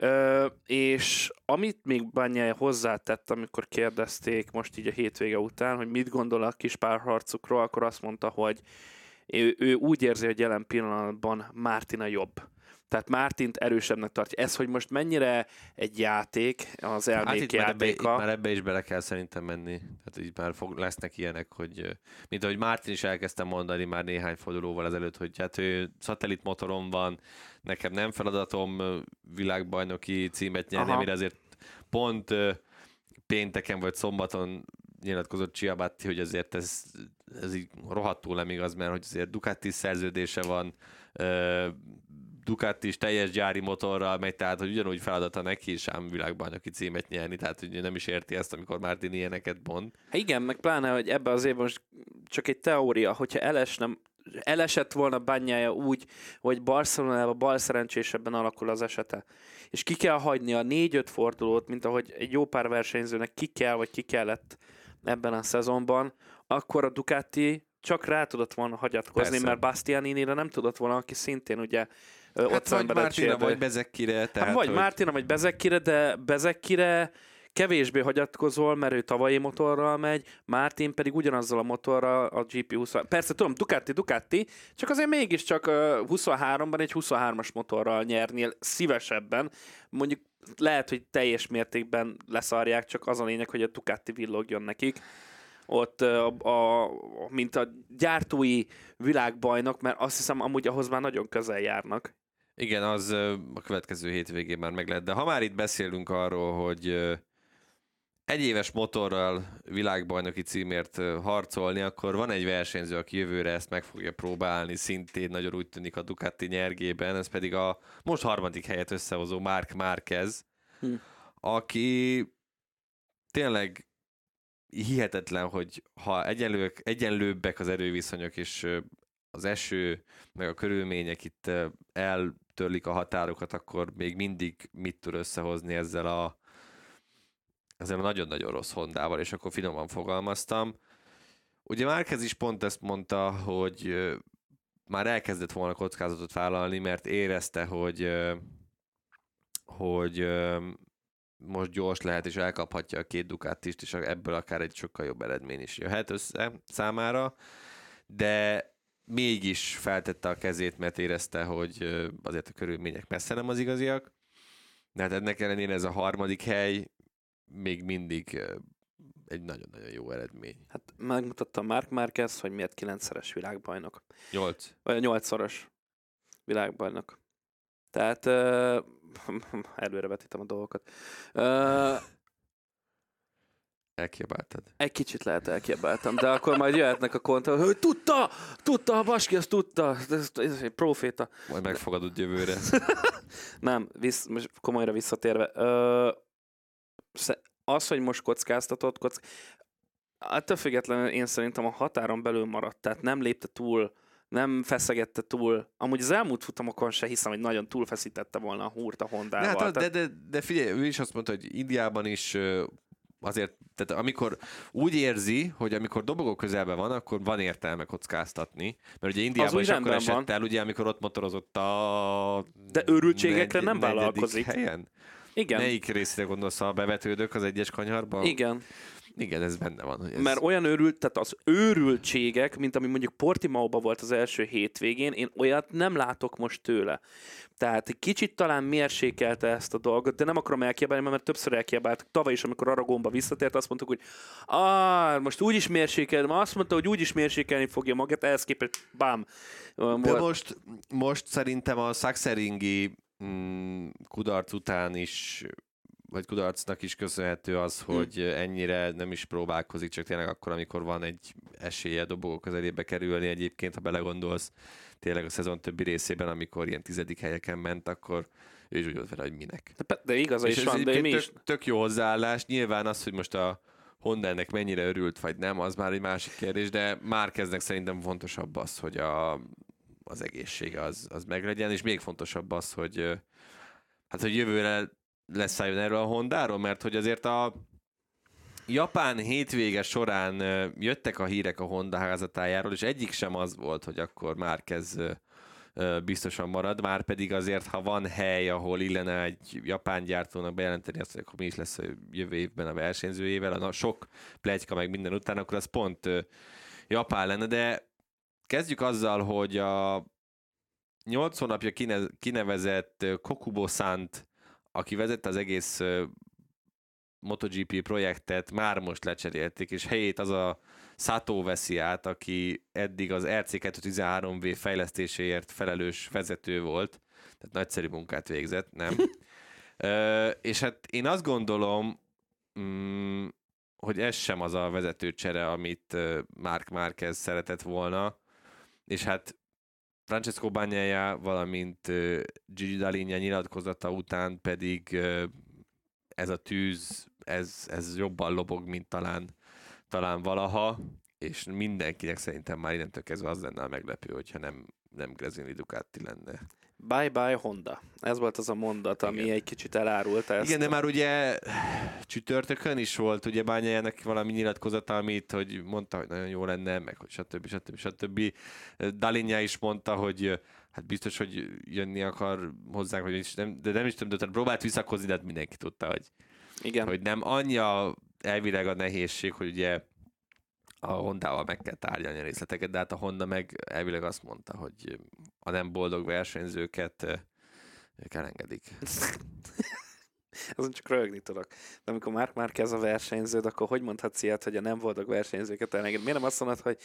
És amit még Bagnaia hozzátett, amikor kérdezték most így a hétvége után, hogy mit gondol a kis párharcukról, akkor azt mondta, hogy ő úgy érzi, hogy jelen pillanatban Martin a jobb. Tehát Martint erősebbnek tartja. Ez, hogy most mennyire egy játék, az elmék játéka. Már ebbe is bele kell szerintem menni. Tehát így már lesznek ilyenek, hogy mint ahogy Martin is elkezdtem mondani már néhány fordulóval ezelőtt, hogy hát ő szatellit motoron van, nekem nem feladatom világbajnoki címet nyerni, amire azért pont pénteken vagy szombaton nyilatkozott Ciabatti, hogy azért ez így rohadtul nem igaz, mert hogy azért Ducati szerződése van, Ducati is teljes gyári motorral megy, tehát hogy ugyanúgy feladata neki is ám világbajnoki címet nyerni, tehát hogy nem is érti ezt, amikor Martin ilyeneket mond. Igen, meg pláne, hogy ebben az évben most csak egy teória, hogyha elesett volna Bagnaia úgy, hogy Barcelonában balszerencsésebben alakul az esete, és ki kell hagyni a 4-5 fordulót, mint ahogy egy jó pár versenyzőnek ki kellett ebben a szezonban, akkor a Ducati csak rá tudott volna hagyatkozni, persze. Mert Bastianini-re nem tudott volna, aki szintén ugye ott vagy Martina, vagy Bezekkire. Tehát, vagy Martina, vagy Bezekkire, de Bezekkire kevésbé hagyatkozol, mert ő tavalyi motorral megy, Martin pedig ugyanazzal a motorral a GP20. Persze tudom, Ducati, csak azért mégiscsak 23-ban egy 23-as motorral nyernél szívesebben. Mondjuk lehet, hogy teljes mértékben leszarják, csak az a lényeg, hogy a Ducati villogjon nekik. Ott mint a gyártói világbajnok, mert azt hiszem amúgy ahhoz már nagyon közel járnak. Igen, az a következő hétvégén már meg lehet. De ha már itt beszélünk arról, hogy egyéves motorral világbajnoki címért harcolni, akkor van egy versenyző, aki jövőre ezt meg fogja próbálni, szintén nagyon úgy tűnik a Ducati nyergében, ez pedig a most harmadik helyet összehozó Marc Márquez, aki tényleg hihetetlen, hogy ha egyenlőbbek az erőviszonyok, és az eső, meg a körülmények itt eltörlik a határokat, akkor még mindig mit tud összehozni ezzel a nagyon-nagyon rossz Hondával, és akkor finoman fogalmaztam. Ugye Márquez is pont ezt mondta, hogy már elkezdett volna kockázatot vállalni, mert érezte, hogy most gyors lehet, és elkaphatja a két Ducatist, és ebből akár egy sokkal jobb eredmény is jöhet össze számára, de mégis feltette a kezét, mert érezte, hogy azért a körülmények messze nem az igaziak. De hát ennek ellenére ez a harmadik hely még mindig egy nagyon-nagyon jó eredmény. Hát megmutatta Marc Márquez, hogy miért 9-szeres világbajnok. 8. Vagy 8-szoros világbajnok. Tehát előrevetítem a dolgokat. Elkiabáltad. Egy kicsit lehet elkiabáltam, de akkor majd jöhetnek a kontra, hogy tudta, a Baski, azt tudta, ez egy proféta. Majd megfogadod jövőre. Nem, most komolyra visszatérve. Az, hogy most kockáztatott, attól függetlenül én szerintem a határon belül maradt, tehát nem lépte túl, nem feszegette túl. Amúgy az elmúlt futamokon se hiszem, hogy nagyon túlfeszítette volna a húrt a Hondával. De figyelj, ő is azt mondta, hogy Indiában is azért, tehát amikor úgy érzi, hogy amikor dobogó közelben van, akkor van értelme kockáztatni. Mert ugye Indiában is akkor esett el, ugye, amikor ott motorozott a... De őrültségekre nem vállalkozik. Helyen? Igen. Melyik részére gondolsz, a bevetődök az egyes kanyarban? Igen. Igen, ez benne van. Hogy ez... Mert olyan tehát az őrültségek, mint ami mondjuk Portimaóban volt az első hétvégén, én olyat nem látok most tőle. Tehát kicsit talán mérsékelte ezt a dolgot, de nem akarom elkiabálni, mert többször elkiabáltak. Tavaly is, amikor Aragonba visszatért, azt mondtuk, hogy most úgyis mérsékelni, azt mondta, hogy úgyis mérsékelni fogja magát, ehhez képest bám. De most szerintem a Sachsenringi kudarc után is, vagy kudarcnak is köszönhető az, hogy ennyire nem is próbálkozik, csak tényleg akkor, amikor van egy esélye dobogó közelébe kerülni. Egyébként, ha belegondolsz, tényleg a szezon többi részében, amikor ilyen 10. helyeken ment, akkor ő is úgy volt vele, hogy minek. De igaza is van, de mi is. Tök jó hozzáállás. Nyilván az, hogy most a Honda ennek mennyire örült, vagy nem, az már egy másik kérdés, de Márqueznek szerintem fontosabb az, hogy az egészsége az meglegyen, és még fontosabb az, hogy hogy jövőre leszálljon erről a Hondáról, mert hogy azért a japán hétvége során jöttek a hírek a Honda házatájáról, és egyik sem az volt, hogy akkor Márquez biztosan marad, már pedig azért, ha van hely, ahol illene egy japán gyártónak bejelenteni azt, hogy akkor mi is lesz a jövő évben a versenyzőjével, a sok pletyka meg minden után, akkor az pont Japán lenne, de kezdjük azzal, hogy a 8 hónapja kinevezett Kokubo-sant, aki vezette az egész MotoGP projektet, már most lecserélték, és helyét az a Sato veszi át, aki eddig az RC213V fejlesztéséért felelős vezető volt, tehát nagyszerű munkát végzett, nem? És hát én azt gondolom, hogy ez sem az a vezetőcsere, amit Marc Márquez szeretett volna, és hát Francesco Bagnaia, valamint Gigi Dall'Igna nyilatkozata után pedig ez a tűz, ez jobban lobog, mint talán valaha, és mindenkinek szerintem már innentől kezdve az lenne a meglepő, hogyha nem Gresini Ducati lenne. Bye-bye Honda. Ez volt az a mondat, ami igen, egy kicsit elárulta ezt. Igen, de már ugye csütörtökön is volt ugye Bagnaia-nek valami nyilatkozata, amit, hogy mondta, hogy nagyon jó lenne, meg hogy stb. Dall'Igna is mondta, hogy hát biztos, hogy jönni akar hozzánk, de nem is tudom, de próbált visszakozni, de hát mindenki tudta, hogy, igen, hogy nem annyi elvileg a nehézség, hogy ugye a Hondával meg kell tárgyalni a részleteket, de hát a Honda meg elvileg azt mondta, hogy a nem boldog versenyzőket ők elengedik. Azon csak röhögni tudok. De amikor Marc Márquez a versenyződ, akkor hogy mondhatsz ilyet, hogy a nem boldog versenyzőket elenged? Miért nem azt mondod, hogy,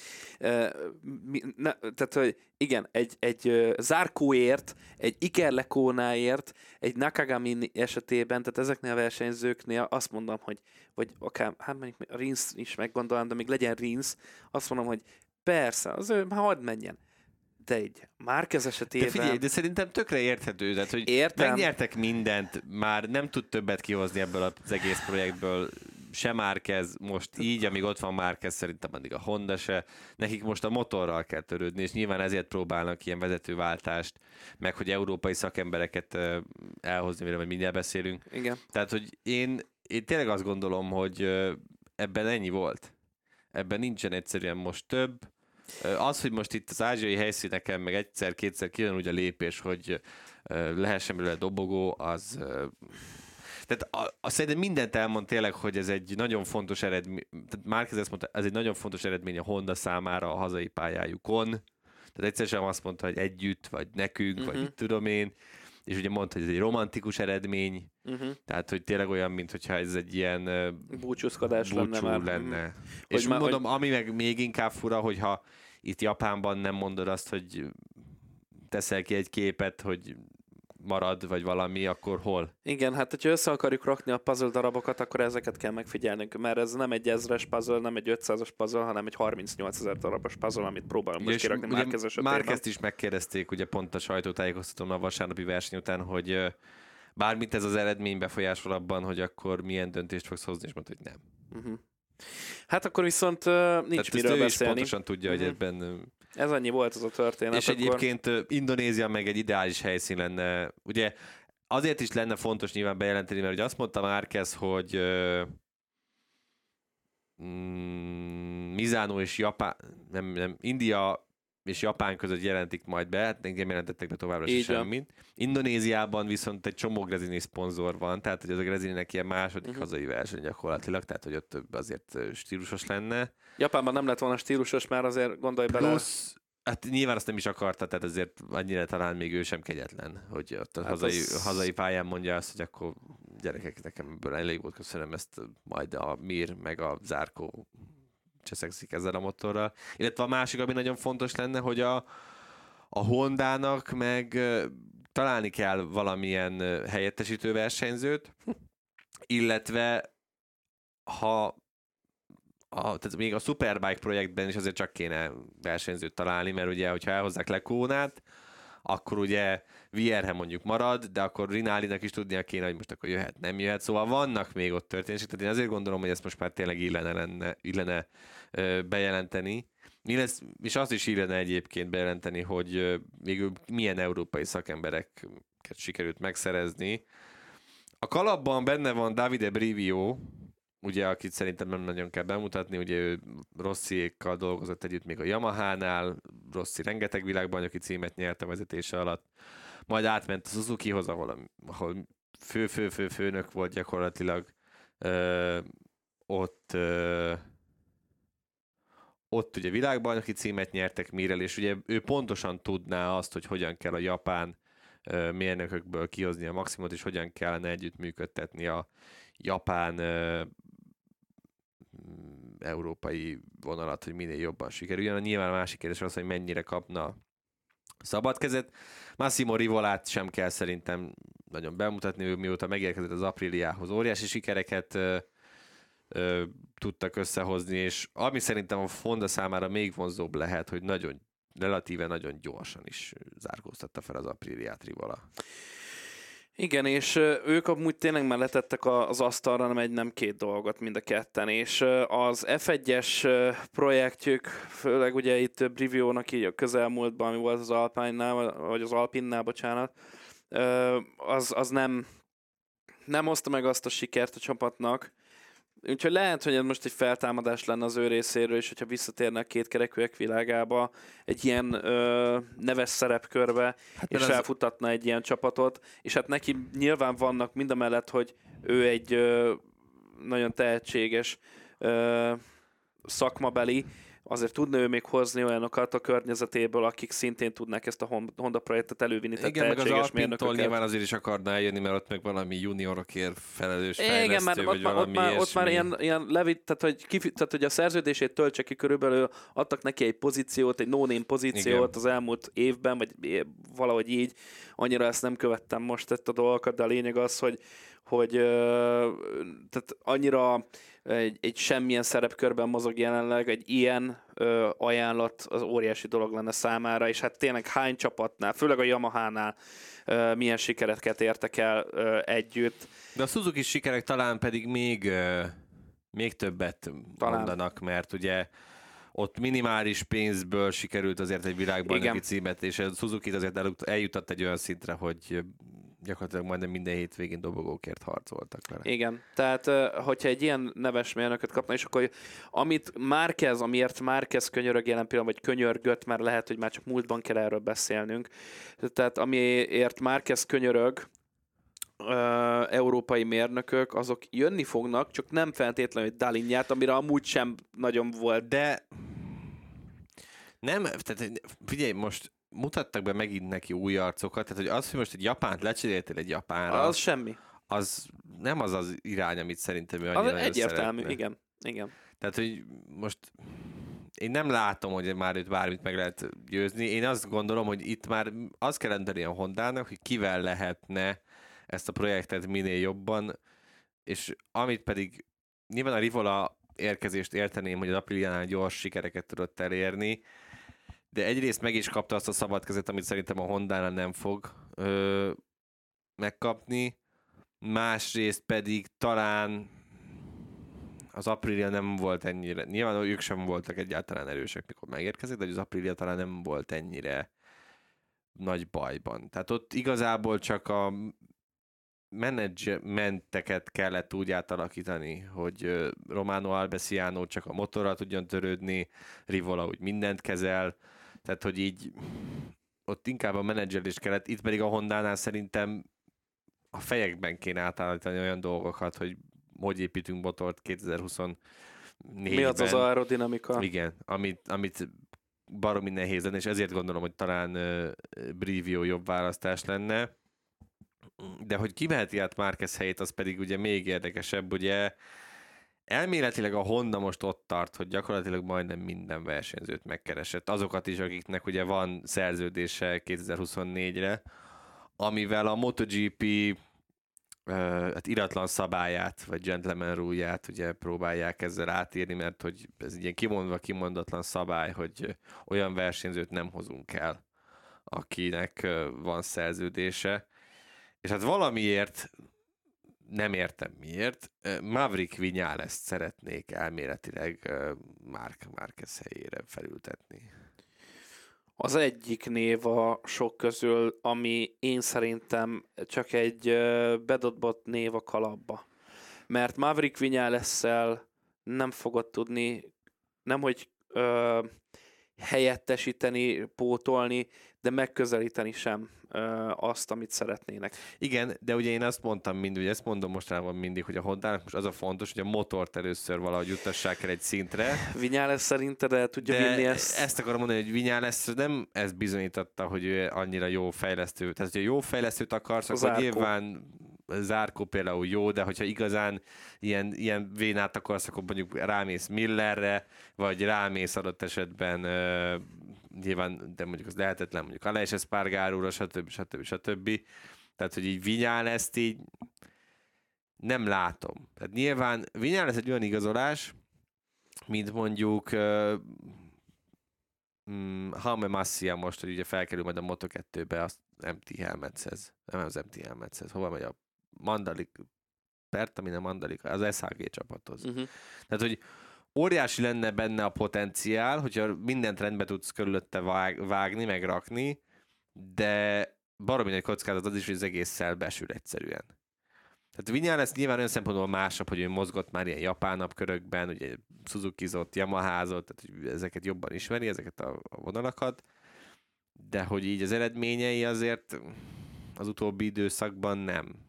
tehát, hogy igen, egy Zarcoért, egy Iker Lecuonáért, egy Nakagami esetében, tehát ezeknél a versenyzőknél azt mondom, hogy vagy akár, hát mondjuk a Rins is meggondolom, de még legyen Rins, azt mondom, hogy persze, az ő, már hadd menjen. De egy Márquez esetében... De figyelj, de szerintem tökre érthető, tehát, hogy megnyertek mindent, már nem tud többet kihozni ebből az egész projektből, se Márquez, most így, amíg ott van Márquez, szerintem addig a Honda se, nekik most a motorral kell törődni, és nyilván ezért próbálnak ilyen vezetőváltást, meg hogy európai szakembereket elhozni, mire majd mindjárt beszélünk. Igen. Tehát, hogy én tényleg azt gondolom, hogy ebben ennyi volt. Ebben nincsen egyszerűen most több. Az, hogy most itt az ázsiai helyszíneken meg egyszer-kétszer kijön úgy a lépés, hogy lehessen belőle dobogó, az... Tehát szerintem mindent elmond tényleg, hogy ez egy nagyon fontos eredmény, tehát Márquez ezt mondta, ez egy nagyon fontos eredmény a Honda számára a hazai pályájukon. Tehát egyszer sem azt mondta, hogy együtt, vagy nekünk, vagy mit tudom én, és ugye mondta, hogy ez egy romantikus eredmény, tehát hogy tényleg olyan, mintha ez egy ilyen búcsúzkodás lenne. És mondom, ami meg még inkább fura, hogyha itt Japánban nem mondod azt, hogy teszel ki egy képet, hogy marad, vagy valami, akkor hol? Igen, hát hogyha össze akarjuk rakni a puzzle darabokat, akkor ezeket kell megfigyelnünk, mert ez nem egy 1000-es puzzle, nem egy 500-as puzzle, hanem egy 38 000 darabos puzzle, amit próbálunk most kirakni Márquez esetében. Márquezt is megkérdezték ugye pont a sajtótájékoztatón a vasárnapi verseny után, hogy bármit ez az eredmény befolyásol abban, hogy akkor milyen döntést fogsz hozni, és mondta, hogy nem. Hát akkor viszont nincs tehát miről ő beszélni. is pontosan tudja, hogy ebben... Ez annyi volt az a történet. És egyébként Indonézia meg egy ideális helyszín lenne. Ugye azért is lenne fontos nyilván bejelenteni, mert ugye azt mondta Márquez, hogy Misano és Japán, nem, India és Japán között jelentik majd be, hát engem jelentettek be továbbra sem semmit. Indonéziában viszont egy csomó grezini szponzor van, tehát hogy az a grezininek ilyen második hazai verseny gyakorlatilag, tehát hogy ott azért stílusos lenne. Japánban nem lett volna stílusos, már azért gondolj bele. Plusz, hát nyilván azt nem is akarta, tehát azért annyira talán még ő sem kegyetlen, hogy ott a hát hazai pályán mondja azt, hogy akkor gyerekek, nekem ebből elég volt, köszönöm, ezt majd a Mir meg a Zarco cseszekszik ezzel a motorral. Illetve a másik, ami nagyon fontos lenne, hogy a Hondának meg találni kell valamilyen helyettesítő versenyzőt, illetve tehát még a Superbike projektben is azért csak kéne versenyzőt találni, mert ugye, hogyha elhozzák Lecuonát, akkor ugye Vierhe mondjuk marad, de akkor Rinaldinak is tudnia kéne, hogy most akkor jöhet, nem jöhet. Szóval vannak még ott történések, tehát én azért gondolom, hogy ezt most már tényleg illene bejelenteni. És azt is illene egyébként bejelenteni, hogy végül milyen európai szakembereket sikerült megszerezni. A kalapban benne van Davide Brivio, ugye, akit szerintem nem nagyon kell bemutatni, ugye ő Rossiékkal dolgozott együtt még a Yamahánál, Rossi rengeteg világbajnoki címet nyert a vezetése alatt, majd átment a Suzukihoz, ahol főnök volt gyakorlatilag, ott ugye világbajnoki címet nyertek Mirrel, és ugye ő pontosan tudná azt, hogy hogyan kell a japán mérnökökből kihozni a maximumot, és hogyan kellene együttműködtetni a japán európai vonalat, hogy minél jobban sikerüljön. Nyilván a másik kérdés az, hogy mennyire kapna szabad kezet. Massimo Rivolát sem kell szerintem nagyon bemutatni, ő mióta megérkezett az Apriliához óriási sikereket tudtak összehozni, és ami szerintem a Honda számára még vonzóbb lehet, hogy relatíve nagyon gyorsan is zárkóztatta fel az Apriliát Rivola. Igen, és ők amúgy tényleg már letettek az asztalra nem két dolgot mind a ketten, és az F1-es projektjük, főleg ugye itt Brivio-nak így a közelmúltban, ami volt az Alpine-nál, vagy az Alpine-nál, bocsánat, az nem hozta meg azt a sikert a csapatnak, úgyhogy lehet, hogy ez most egy feltámadás lenne az ő részéről, és hogyha visszatérne a kétkerekűek világába, egy ilyen neves szerepkörbe, és felfutatna egy ilyen csapatot, és hát neki nyilván vannak mindamellett, hogy ő egy nagyon tehetséges szakmabeli, azért tudna ő még hozni olyanokat a környezetéből, akik szintén tudnák ezt a Honda projektet elővinni. Igen, meg az Alpintól nyilván azért is akarná eljönni, mert ott meg valami juniorokért felelős fejlesztő, igen, mert vagy valami ilyesmi. ott már ilyen levit, tehát hogy a szerződését töltse ki körülbelül, adtak neki egy pozíciót, egy no-name pozíciót igen. Az elmúlt évben, vagy valahogy így, annyira ezt nem követtem most ezt a dolgokat, de a lényeg az, hogy tehát annyira egy semmilyen szerepkörben mozog jelenleg, egy ilyen ajánlat az óriási dolog lenne számára, és hát tényleg hány csapatnál, főleg a Yamahánál milyen sikereket értek el együtt. De a Suzuki sikerek talán pedig még többet mondanak, mert ugye ott minimális pénzből sikerült azért egy világbajnoki címet, és a Suzuki-t azért eljutott egy olyan szintre, hogy gyakorlatilag majdnem minden hétvégén dobogókért harcoltak vele. Igen, tehát hogyha egy ilyen neves mérnököt kapna, és akkor amiért Márquez könyörög jelen pillanatban, vagy könyörgött, mert lehet, hogy már csak múltban kell erről beszélnünk, tehát amiért Márquez könyörög, európai mérnökök, azok jönni fognak, csak nem feltétlenül Dalinját, amire amúgy sem nagyon volt. De nem, tehát figyelj, most mutattak be megint neki új arcokat, tehát hogy az, hogy most egy japánt lecseréltél egy japánra, az semmi. Az nem az irány, amit szerintem ő annyira egyértelmű, szeretne. Igen. Tehát, hogy most én nem látom, hogy már itt bármit meg lehet győzni. Én azt gondolom, hogy itt már azt kell rendeli a Hondának, hogy kivel lehetne ezt a projektet minél jobban, és amit pedig nyilván a Rivola érkezést érteném, hogy az Apriliánál gyors sikereket tudott elérni, de egyrészt meg is kapta azt a szabad kezet, amit szerintem a Hondánál nem fog megkapni, másrészt pedig talán az Aprilia nem volt ennyire, nyilván ők sem voltak egyáltalán erősek, mikor megérkezik, de az Aprilia talán nem volt ennyire nagy bajban. Tehát ott igazából csak a menedzsmenteket kellett úgy átalakítani, hogy Romano Albesiano csak a motorral tudjon törődni, Rivola úgy mindent kezel, tehát hogy így ott inkább a menedzselés kellett, itt pedig a Hondánál szerintem a fejekben kéne átállítani olyan dolgokat, hogy építünk motort 2024-ben. Mi az aerodinamika? Igen, amit baromi nehéz lenne, és ezért gondolom, hogy talán Brivio jobb választás lenne. De hogy kiveheti át Márquez helyét, az pedig ugye még érdekesebb, ugye elméletileg a Honda most ott tart, hogy gyakorlatilag majdnem minden versenyzőt megkeresett. Azokat is, akiknek ugye van szerződése 2024-re, amivel a MotoGP hát iratlan szabályát, vagy gentleman rule-ját ugye próbálják ezzel átírni, mert hogy ez ilyen kimondatlan szabály, hogy olyan versenyzőt nem hozunk el, akinek van szerződése. És hát valamiért, nem értem miért, Maverick Viñales-t szeretnék elméletileg Márquez helyére felültetni. Az egyik név a sok közül, ami én szerintem csak egy bedobott név a kalapba. Mert Maverick Viñales-szel nem fogod tudni, nemhogy helyettesíteni, pótolni, de megközelíteni sem azt, amit szeretnének. Igen, de ugye én azt mondtam mindig, ezt mondom mostanában mindig, hogy a Hondának most az a fontos, hogy a motort először valahogy juttassák el egy szintre. Viñales szerinted el tudja vinni ezt? Ezt akarom mondani, hogy Viñales nem ezt bizonyította, hogy ő annyira jó fejlesztő. Tehát, hogyha jó fejlesztőt akarsz, akkor nyilván Zarco például jó, de hogyha igazán ilyen vénát akarsz, akkor mondjuk rámész Millerre, vagy rámész adott esetben nyilván, de mondjuk az lehetetlen, mondjuk Aleix Espargaróra, stb. Tehát, hogy így Viñales-t így nem látom. Tehát nyilván Viñales egy olyan igazolás, mint mondjuk Jaume Masia most, hogy ugye felkerül majd a Moto2-be az MT Helmetshez. Nem az MT Helmetshez, hova megy a Mandalika, az SHG csapathoz. Uh-huh. Tehát, hogy óriási lenne benne a potenciál, hogyha mindent rendbe tudsz körülötte vágni, megrakni, de baromi nagy kockázat az is, hogy az egésszel besül egyszerűen. Tehát Viñales nyilván olyan szempontból másabb, hogy ő mozgott már ilyen japánabb körökben, ugye Suzukizott, Yamaházott, tehát hogy ezeket jobban ismeri, ezeket a vonalakat, de hogy így az eredményei azért az utóbbi időszakban nem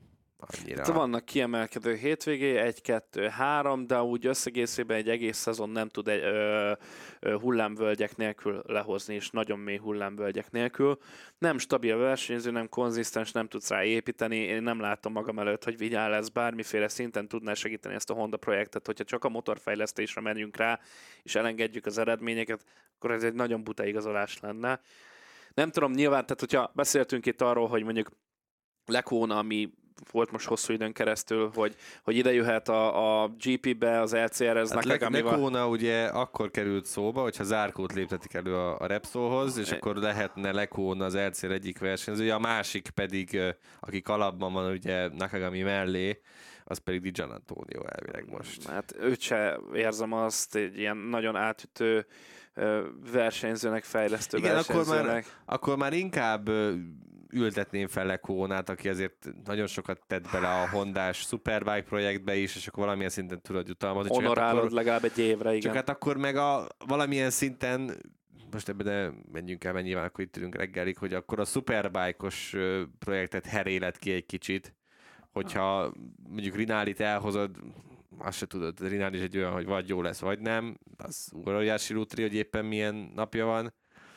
annyira. Hát vannak kiemelkedő hétvégé, 1-2-3, de úgy összegészében egy egész szezon nem tud hullámvölgyek nélkül lehozni, és nagyon mély hullámvölgyek nélkül. Nem stabil versenyző, nem konzisztens, nem tudsz rá építeni. Én nem látom magam előtt, hogy Vinyá lesz bármiféle szinten tudná segíteni ezt a Honda projektet, hogyha csak a motorfejlesztésre menjünk rá, és elengedjük az eredményeket, akkor ez egy nagyon buta igazolás lenne. Nem tudom, nyilván, tehát hogyha beszéltünk itt arról, hogy mondjuk Lecona, ami volt most hosszú időn keresztül, hogy ide jöhet a GP-be, az LCR-eznek. Hát Lecona ugye akkor került szóba, hogyha Zarcót léptetik elő a Repsolhoz, és akkor lehetne Lecona az LCR egyik versenyzője, a másik pedig, aki kalapban van ugye Nakagami mellé, az pedig Di Giannantonio elvileg most. Hát őt se érzem azt egy ilyen nagyon átütő versenyzőnek, fejlesztő igen, versenyzőnek. Akkor már inkább ültetném fel Leconát, aki azért nagyon sokat tett bele a Hondás Superbike projektbe is, és akkor valamilyen szinten tudod jutalmazni. Honorálod legalább egy évre, igen. Csak hát akkor meg valamilyen szinten, most ebben ne menjünk el, mert nyilván akkor itt ülünk reggelig, hogy akkor a Superbike-os projektet heréled ki egy kicsit, hogyha mondjuk Rinaldit elhozod, azt se tudod, Rinaldi is egy olyan, hogy vagy jó lesz, vagy nem, az óriási lútri, hogy éppen milyen napja van.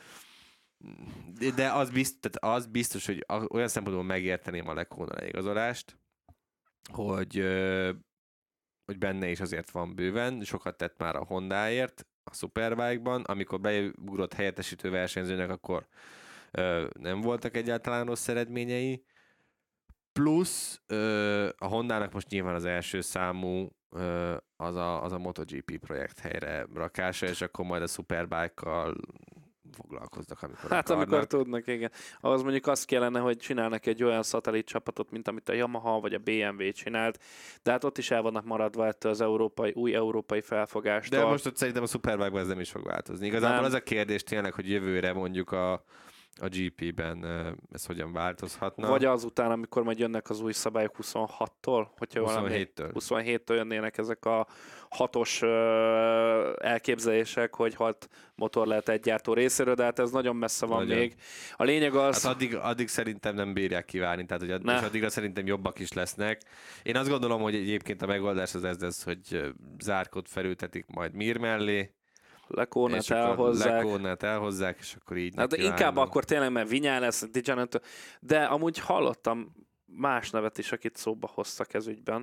De az biztos, hogy olyan szempontból megérteném a Lecona leigazolást, hogy benne is azért van bőven, sokat tett már a Hondáért a Superbike-ban, amikor beugrott helyettesítő versenyzőnek, akkor nem voltak egyáltalán rossz eredményei, plusz a Hondának most nyilván az első számú az a MotoGP projekt helyre rakása, és akkor majd a Superbike-kal foglalkoznak, amikor hát akarnak. amikor tudnak, igen. Ahhoz mondjuk azt kellene, hogy csinálnak egy olyan szatellit csapatot, mint amit a Yamaha vagy a BMW csinált, de hát ott is el vannak maradva ettől az új európai felfogástól. De most ott szerintem a Superbike-ban ez nem is fog változni. Igazából nem. az a kérdés tényleg, hogy jövőre mondjuk a GP-ben ez hogyan változhatna. Vagy azután, amikor majd jönnek az új szabályok 26-tól, hogyha 27-től jönnének ezek a 6-os elképzelések, hogy 6 motor lehet egy gyártó részéről, de hát ez nagyon messze van nagyon. Még. A lényeg az... Hát addig szerintem nem bírják kivárni, tehát hogy és addigra szerintem jobbak is lesznek. Én azt gondolom, hogy egyébként a megoldás az ez lesz, hogy Zarcót felültetik majd Mir mellé, Leconát elhozzák, és akkor így hát inkább akkor tényleg, mert Vinyá lesz, de amúgy hallottam más nevet is, akit szóba hoztak ez ügyben.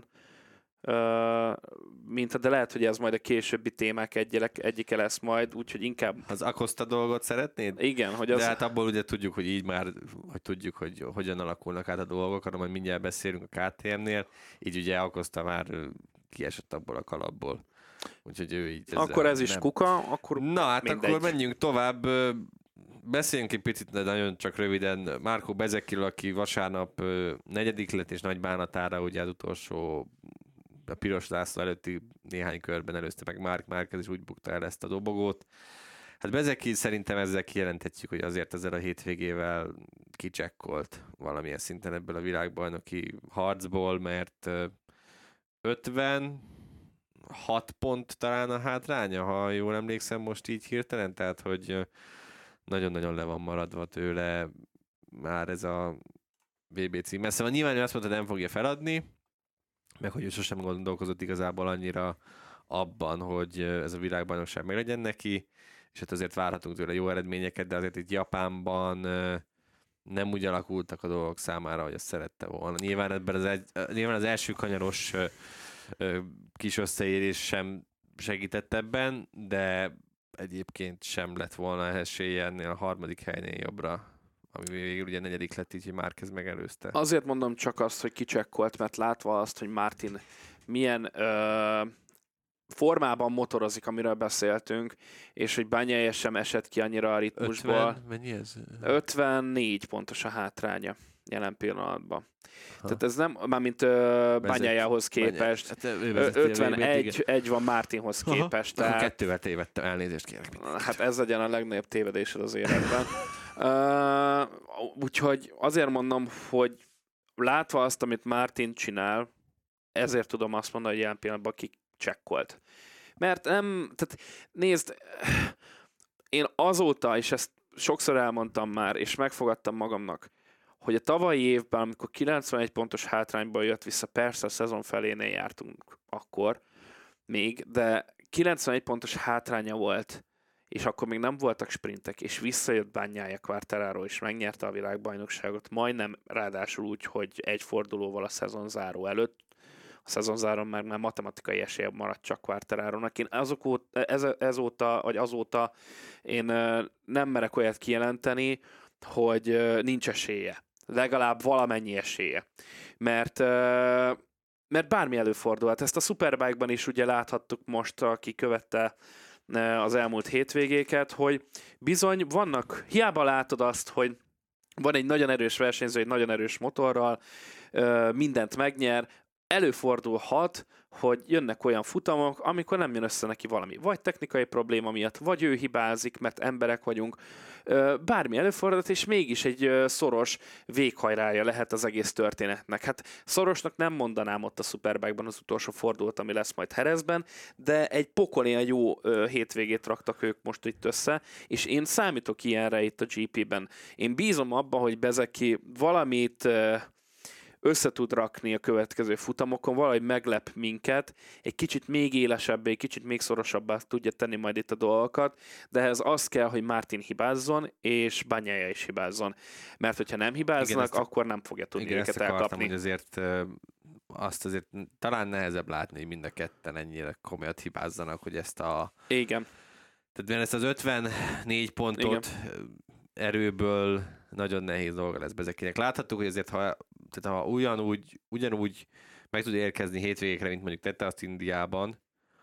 De lehet, hogy ez majd a későbbi témák egyike lesz majd, úgyhogy inkább... Az Acosta dolgot szeretnéd? Igen, hogy az... De hát abból ugye tudjuk, hogy így már, hogy tudjuk, hogy hogyan alakulnak át a dolgok, arra majd mindjárt beszélünk a KTM-nél, így ugye Acosta már kiesett abból a kalapból. Úgyhogy ő így... Akkor ez is nem. Kuka, akkor na hát mindegy. Akkor menjünk tovább. Beszéljünk egy picit, de nagyon csak röviden. Marco Bezzecchil, aki vasárnap 4. lett, és nagy bánatára ugye az utolsó a piros zászló előtti néhány körben előzte meg Marc Márquez, és úgy bukta el ezt a dobogót. Hát Bezzecchil szerintem ezzel kijelenthetjük, hogy azért ezzel a hétvégével kicsekkolt valamilyen szinten ebből a világbajnoki harcból, mert 6 pont talán a hátránya, ha jól emlékszem most így hirtelen, tehát hogy nagyon-nagyon le van maradva tőle már ez a VB cím. Messze van, nyilván ő azt mondta, nem fogja feladni, meg hogy ő sosem gondolkozott igazából annyira abban, hogy ez a világbajnokság meg legyen neki, és hát azért várhatunk tőle jó eredményeket, de azért itt Japánban nem úgy alakultak a dolgok számára, hogy azt szerette volna. Nyilván az első kanyaros kis összeérés sem segített ebben, de egyébként sem lett volna esélye ennél a 3. helynél jobbra, ami végül ugye 4. lett, így, hogy Márquez megelőzte. Azért mondom csak azt, hogy kicsekkolt, mert látva azt, hogy Martin milyen formában motorozik, amiről beszéltünk, és hogy Bagnaia sem esett ki annyira a ritmusból. 50, mennyi ez? 54 pontos a hátránya jelen pillanatban. Tehát ez nem, mármint Bagnaiahoz képest. Hát 51 van Martinhoz képest. Tehát... 2-vel tévedtem, elnézést kérek. Hát ez legyen a legnagyobb tévedésed az életben. Úgyhogy azért mondom, hogy látva azt, amit Martin csinál, ezért tudom azt mondani, hogy ilyen pillanatban kicsekkolt. Mert nem, tehát nézd, én azóta, és ezt sokszor elmondtam már, és megfogadtam magamnak, hogy a tavalyi évben, amikor 91 pontos hátrányból jött vissza, persze a szezon felénél jártunk akkor még, de 91 pontos hátránya volt, és akkor még nem voltak sprintek, és visszajött Bagnaia Quartararo, és megnyerte a világbajnokságot, majdnem ráadásul úgy, hogy egy fordulóval a szezonzáró előtt. A szezonzáron már matematikai esélye maradt csak Quartararónak. Én azóta én nem merek olyat kijelenteni, hogy nincs esélye. Legalább valamennyi esélye. Mert bármi előfordulhat. Ezt a Superbike-ban is ugye láthattuk most, aki követte az elmúlt hétvégéket, hogy bizony vannak, hiába látod azt, hogy van egy nagyon erős versenyző, egy nagyon erős motorral, mindent megnyer, előfordulhat, hogy jönnek olyan futamok, amikor nem jön össze neki valami. Vagy technikai probléma miatt, vagy ő hibázik, mert emberek vagyunk. Bármi előfordulhat, és mégis egy szoros véghajrája lehet az egész történetnek. Hát szorosnak nem mondanám ott a Superbike-ban az utolsó fordulat, ami lesz majd Jerezben, de egy pokolén jó hétvégét raktak ők most itt össze, és én számítok ilyenre itt a GP-ben. Én bízom abban, hogy Bezzecchi valamit össze tud rakni a következő futamokon, valahogy meglep minket, egy kicsit még élesebbé, egy kicsit még szorosabbá tudja tenni majd itt a dolgokat, de ehhez az kell, hogy Martin hibázzon, és Bagnaia is hibázzon. Mert hogyha nem hibáznak, igen, akkor nem fogja tudni őket elkapni. Hogy azért azt azért talán nehezebb látni, hogy mind a ketten ennyire komolyat hibázzanak, hogy ezt a... Igen. Tehát ezt az 54 pontot igen. Erőből nagyon nehéz dolga lesz Bezzecchinek. Láthattuk, hogy azért, ha ugyanúgy meg tud érkezni hétvégékre, mint mondjuk tette azt Indiában,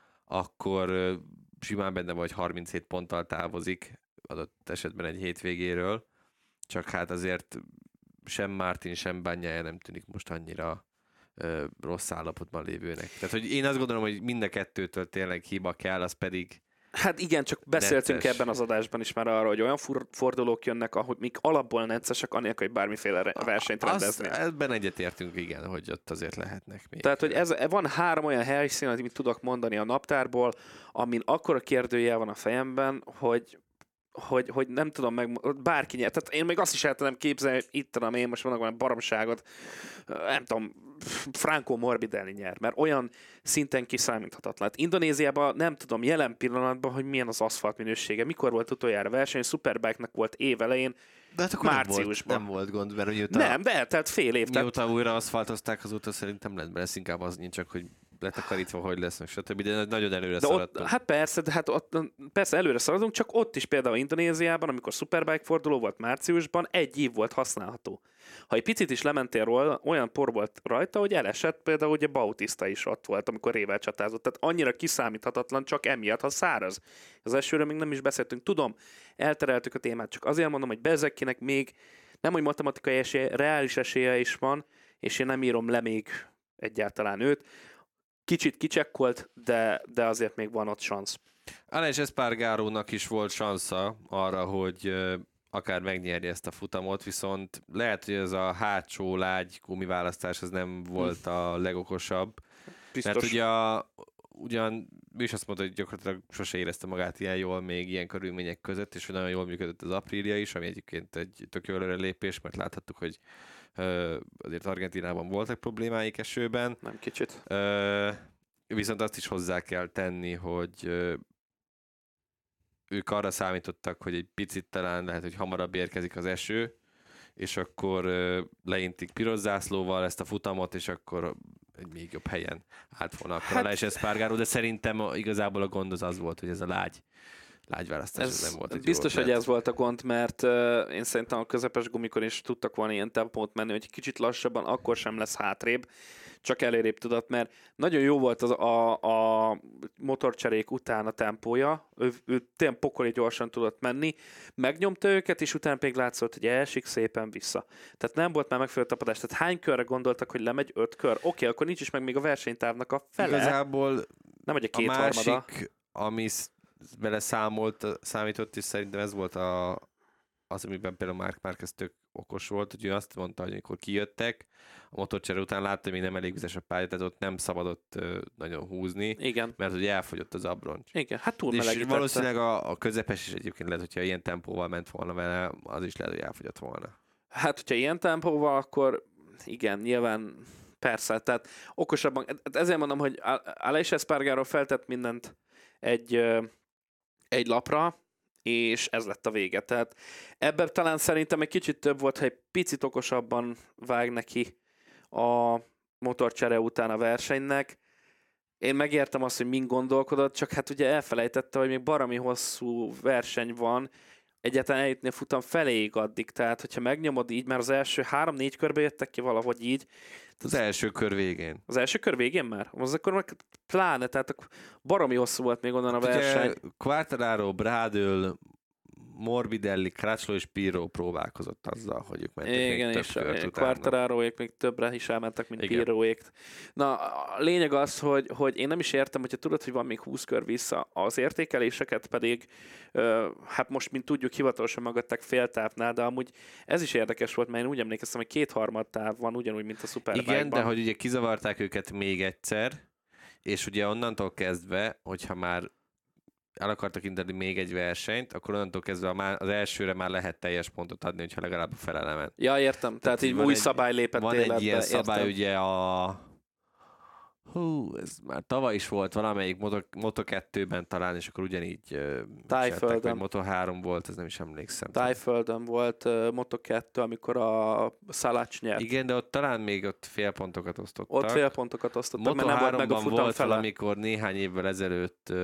akkor simán benne vagy 37 ponttal távozik adott esetben egy hétvégéről. Csak hát azért sem Martin, sem Bagnaia nem tűnik most annyira rossz állapotban lévőnek. Tehát, hogy én azt gondolom, hogy mind a kettőtől tényleg hiba kell, az pedig hát igen, csak beszéltünk ebben az adásban is már arra, hogy olyan fordulók jönnek, ahogy még alapból neccesek, anélkül, hogy bármiféle versenyt rendezni. Ebben egyetértünk, igen, hogy ott azért lehetnek még. Tehát, hogy van 3 olyan helyszín, amit tudok mondani a naptárból, amin akkora kérdőjel van a fejemben, hogy nem tudom meg, bárki nyer. Tehát én még azt is el tudom képzelni, hogy itt tudom én, most vannak olyan baromságot, nem tudom, Franco Morbidelli nyer, mert olyan szinten kiszámíthatatlan. Hát Indonéziában nem tudom jelen pillanatban, hogy milyen az aszfalt minősége. Mikor volt utoljára verseny? Superbike-nak volt évelején, de hát akkor márciusban. Nem volt gond, mert tehát fél év. Mióta újra aszfaltozták, azóta szerintem lesz inkább az nincs, csak hogy letakarítva, hogy lesznek, stb. De nagyon előre szaladtunk. Hát persze előre szaladunk, csak ott is például Indonéziában, amikor Superbike forduló volt márciusban, 1 év volt használható. Ha egy picit is lementél róla, olyan por volt rajta, hogy elesett, például ugye Bautista is ott volt, amikor Rével csatázott. Tehát annyira kiszámíthatatlan, csak emiatt, ha száraz. Az esőről még nem is beszéltünk. Tudom, eltereltük a témát, csak azért mondom, hogy Bezzecchinek még nem, hogy matematikai esélye, reális esélye is van, és én nem írom le még egyáltalán őt. Kicsit kicsekkolt, de azért még van ott szansz. Aleix Espargarónak is volt sansza arra, hogy akár megnyerje ezt a futamot, viszont lehet, hogy ez a hátsó lágy gumiválasztás az nem volt a legokosabb. Biztos. Mert ugyan ő is azt mondta, hogy gyakorlatilag sose érezte magát ilyen jól még ilyen körülmények között, és nagyon jól működött az Aprilia is, ami egyébként egy tök jó előrelépés, mert láthattuk, hogy azért Argentinában voltak problémáik esőben. Nem kicsit. Viszont azt is hozzá kell tenni, hogy ők arra számítottak, hogy egy picit talán lehet, hogy hamarabb érkezik az eső, és akkor leintik piros zászlóval ezt a futamot, és akkor egy még jobb helyen állt volna akkor Aleix Espargaró, de szerintem igazából a gond az volt, hogy ez a lágy választás ez nem volt egy biztos, hogy ez volt a gond, mert én szerintem a közepes gumikon is tudtak volna ilyen tempót menni, hogy kicsit lassabban, akkor sem lesz hátrébb, csak elérébb tudott, mert nagyon jó volt a motorcserék után a tempója, ő tényleg pokoli gyorsan tudott menni, megnyomta őket, és utána pedig látszott, hogy esik szépen vissza. Tehát nem volt már megfelelő tapadás. Tehát hány körre gondoltak, hogy lemegy? 5 kör? Oké, akkor nincs is meg még a versenytávnak a fele. Igazából nem, hogy a másik, ami vele számított, és szerintem ez volt az, amiben például Marc Márquez tök okos volt, hogy ő azt mondta, hogy amikor kijöttek, a motorcsere után látta, hogy még nem elég vizes a pálya, tehát ott nem szabadott nagyon húzni, igen. Mert ugye elfogyott az abroncs. Igen, hát túlmelegítette. És valószínűleg a közepes is egyébként lehet, hogyha ilyen tempóval ment volna vele, az is lehet, hogy elfogyott volna. Hát, hogyha ilyen tempóval, akkor igen, nyilván persze, tehát okosabban, ezért mondom, hogy Aleix Espargaró feltett mindent egy lapra, és ez lett a vége. Tehát ebben talán szerintem egy kicsit több volt, ha egy picit okosabban vág neki a motorcsere után a versenynek. Én megértem azt, hogy mind gondolkodott, csak hát ugye elfelejtette, hogy még baromi hosszú verseny van, egyáltalán eljutni a futam feléig addig, tehát hogyha megnyomod így, már az első 3-4 körbe jöttek ki valahogy így. Az első kör végén. Az első kör végén már? Az akkor meg pláne, tehát baromi hosszú volt még onnan a verseny. Ugye Quartararo, Bradl, Morbidelli, Crutchlow és Pirro próbálkozott azzal, hogy ők mentek igen, még több és kört Quartararoék még többre is elmentek, mint Pirroék. Na, a lényeg az, hogy én nem is értem, hogyha tudod, hogy van még 20 kör vissza, az értékeléseket pedig, hát most, mint tudjuk, hivatalosan magadták fél távnál, de amúgy ez is érdekes volt, mert én úgy emlékeztem, hogy 2/3 táv van, ugyanúgy, mint a Superbike-ban. Igen, de hogy ugye kizavarták őket még egyszer, és ugye onnantól kezdve, hogyha már el akartak indítani még egy versenyt, akkor onnantól kezdve az elsőre már lehet teljes pontot adni, hogyha legalább a felele ment. Ja, értem. Tehát így új szabály lépett életbe. Van egy ilyen szabály, értem. ugye ez már tavaly is volt valamelyik Moto2-ben talán, és akkor ugyanígy Tájföldön. Moto3 volt, ez nem is emlékszem. Tájföldön volt Moto2, amikor a Szalács nyert. Igen, de ott talán még ott félpontokat osztottak. Ott félpontokat osztottak, mert nem volt meg a futam volt fele. valamikor néhány évvel ezelőtt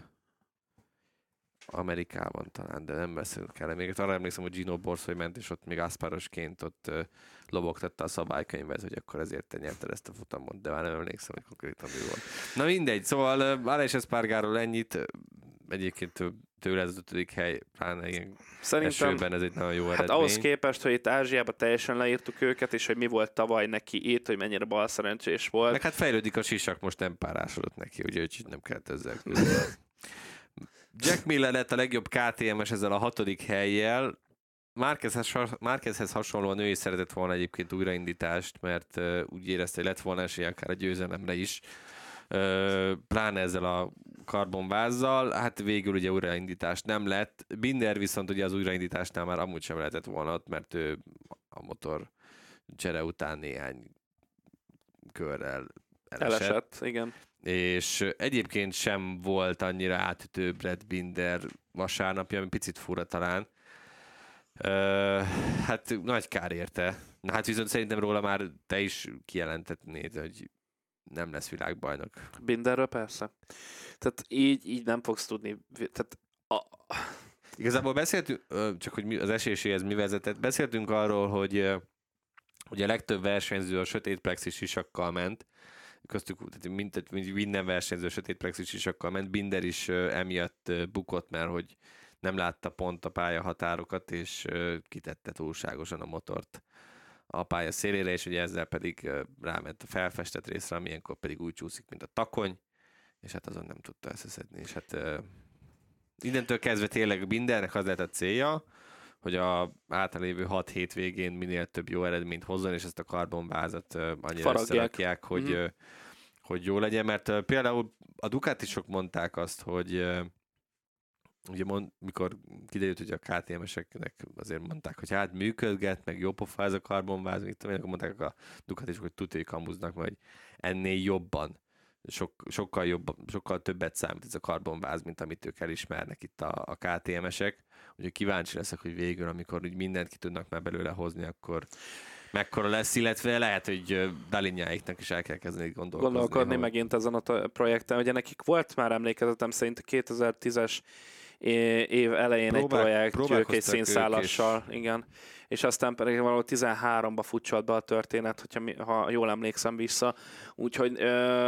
Amerikában talán, de nem beszélünk el. Még arra emlékszem, hogy Gino Borsoy ment, és ott még Asparosként ott lobogtatta a szabálykönyvet, hogy akkor ezért te nyerted ezt a futamot, de már nem emlékszem, hogy konkrétan mi volt. Na mindegy, szóval Aleix Espargaróról ennyit, egyébként tőle ez az 5. hely, pláne ilyen esőben ez egy nagyon jó eredmény. Hát ahhoz képest, hogy itt Ázsiában teljesen leírtuk őket, és hogy mi volt tavaly neki itt, hogy mennyire balszerencsés volt. Meg hát fejlődik a sisak, most nem párásodott neki, úgyhogy nem kellett ezzel küzdeni. Jack Miller lett a legjobb KTM-es ezzel a 6. helyjel. Márquezhez hasonlóan ő is szeretett volna egyébként újraindítást, mert úgy érezte, hogy lett volna esélye akár a győzelemre is. Pláne ezzel a karbonvázzal, hát végül ugye újraindítást nem lett. Binder viszont ugye az újraindításnál már amúgy sem lehetett volna ott, mert ő a motor csere után néhány körrel elesett. Igen. És egyébként sem volt annyira átütő Brad Binder vasárnapja, ami picit fura talán. Hát nagy kár érte. Na hát viszont szerintem róla már te is kijelentetnéd, hogy nem lesz világbajnok. Binderről persze. Tehát így nem fogsz tudni. Tehát Igazából beszéltünk, csak hogy az eséséhez mi vezetett, beszéltünk arról, hogy ugye a legtöbb versenyző a sötét plexis sisakkal ment, köztük mint minden versenyző sötét plexis sisakkal ment, Binder is emiatt bukott, mert hogy nem látta pont a pályahatárokat, és kitette túlságosan a motort a pálya szélére, és ugye ezzel pedig ráment a felfestett részre, ami ilyenkor pedig úgy csúszik, mint a takony, és hát azon nem tudta összeszedni, és hát innentől kezdve tényleg Bindernek az lett a célja, hogy a általévő 6 hétvégén minél több jó eredményt hozzon, és ezt a karbonvázat annyira összerakják, hogy jó legyen, mert például a Ducatisok mondták azt, hogy ugye mikor kiderült, hogy a KTM-eseknek azért mondták, hogy hát működget, meg jó pofa ez a karbonváz, akkor mondták a Ducatisok, hogy tudja, hogy kamuznak, hogy ennél jobban, sokkal többet számít ez a karbonváz, mint amit ők elismernek itt a KTM-esek. Úgyhogy kíváncsi leszek, hogy végül, amikor úgy mindent ki tudnak már belőle hozni, akkor mekkora lesz, illetve lehet, hogy Dalinjáiknak is el kell kezdeni gondolkodni megint ezen a projekten. Ugye nekik volt már emlékezetem szerint a 2010-es év elején egy projektjük egy színszálassal, igen. És aztán pedig valahol 13-ba futcsolt be a történet, ha jól emlékszem vissza. Úgyhogy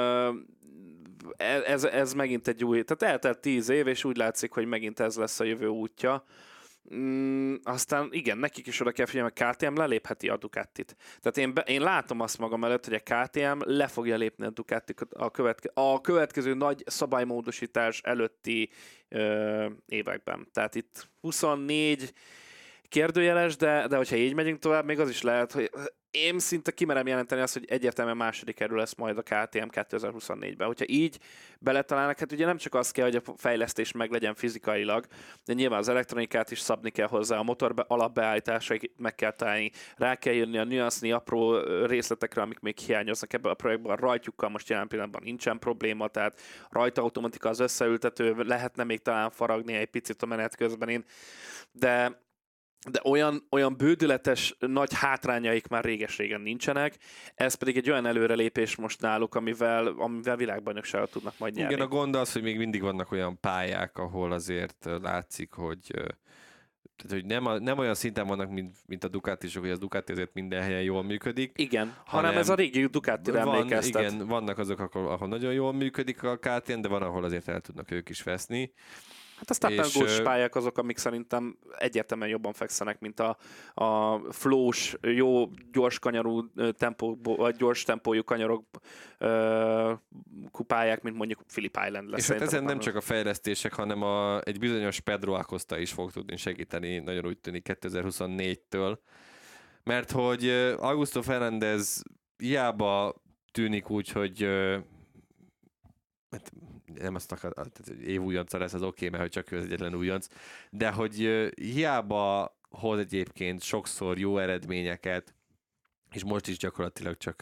ez megint egy új, tehát eltelt 10 év, és úgy látszik, hogy megint ez lesz a jövő útja. Aztán igen, nekik is oda kell figyelni, a KTM lelépheti a Ducatit. Tehát én látom azt magam előtt, hogy a KTM le fogja lépni a Ducatit a következő nagy szabálymódosítás előtti években. Tehát itt 24 kérdőjeles, de hogyha így megyünk tovább, még az is lehet, hogy én szinte kimerem jelenteni azt, hogy egyértelműen második kerül lesz majd a KTM 2024-ben. Hogyha így beletalálnak, hát ugye nem csak az kell, hogy a fejlesztés meg legyen fizikailag, de nyilván az elektronikát is szabni kell hozzá, a motor alapbeállításait meg kell találni, rá kell jönni a nüanszni apró részletekre, amik még hiányoznak ebből a projektben. A rajtjukkal most jelen pillanatban nincsen probléma, tehát rajta automatika az összeültető, lehetne még talán faragni egy picit a menet közben, de olyan bődületes nagy hátrányaik már réges-régen nincsenek, ez pedig egy olyan előrelépés most náluk, amivel világbajnokságot tudnak majd nyerni. Igen, a gond az, hogy még mindig vannak olyan pályák, ahol azért látszik, hogy nem olyan szinten vannak, mint a Ducatisok, hogy az Ducati azért minden helyen jól működik. Igen, hanem ez a régi Ducatira emlékeztet. Igen, vannak azok, ahol nagyon jól működik a KTM, de van, ahol azért el tudnak ők is veszni. Hát a stop-and-go pályák azok, amik szerintem egyértelműen jobban fekszenek, mint a flows, jó, gyors kanyarú vagy gyors tempójú kanyarok kupályák, mint mondjuk Phillip Island lesz. És hát ezen nem csak a fejlesztések, hanem egy bizonyos Pedro Acosta is fog tudni segíteni, nagyon úgy tűnik 2024-től. Mert hogy Augusto Fernández hiába tűnik úgy, hogy nem azt év újonca lesz, az oké, mert hogy csak ő az egyetlen újonc, de hogy hiába hoz egyébként sokszor jó eredményeket, és most is gyakorlatilag csak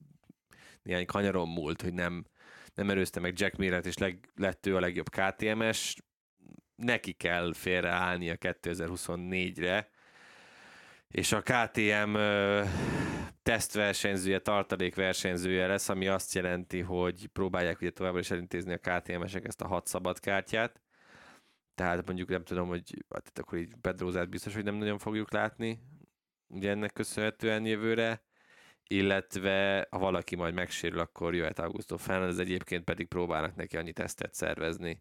néhány kanyaron múlt, hogy nem erőzte meg Jack Millert, és lett ő a legjobb KTM-es, neki kell félreállni a 2024-re, és a KTM tesztversenyzője, tartalékversenyzője lesz, ami azt jelenti, hogy próbálják ugye továbbra is elintézni a KTM-esek ezt a 6 szabadkártyát. Tehát mondjuk nem tudom, hogy hát akkor így Pedrózát biztos, hogy nem nagyon fogjuk látni, ugye ennek köszönhetően jövőre, illetve ha valaki majd megsérül, akkor jöhet Augusto Fernández, egyébként pedig próbálnak neki annyi tesztet szervezni,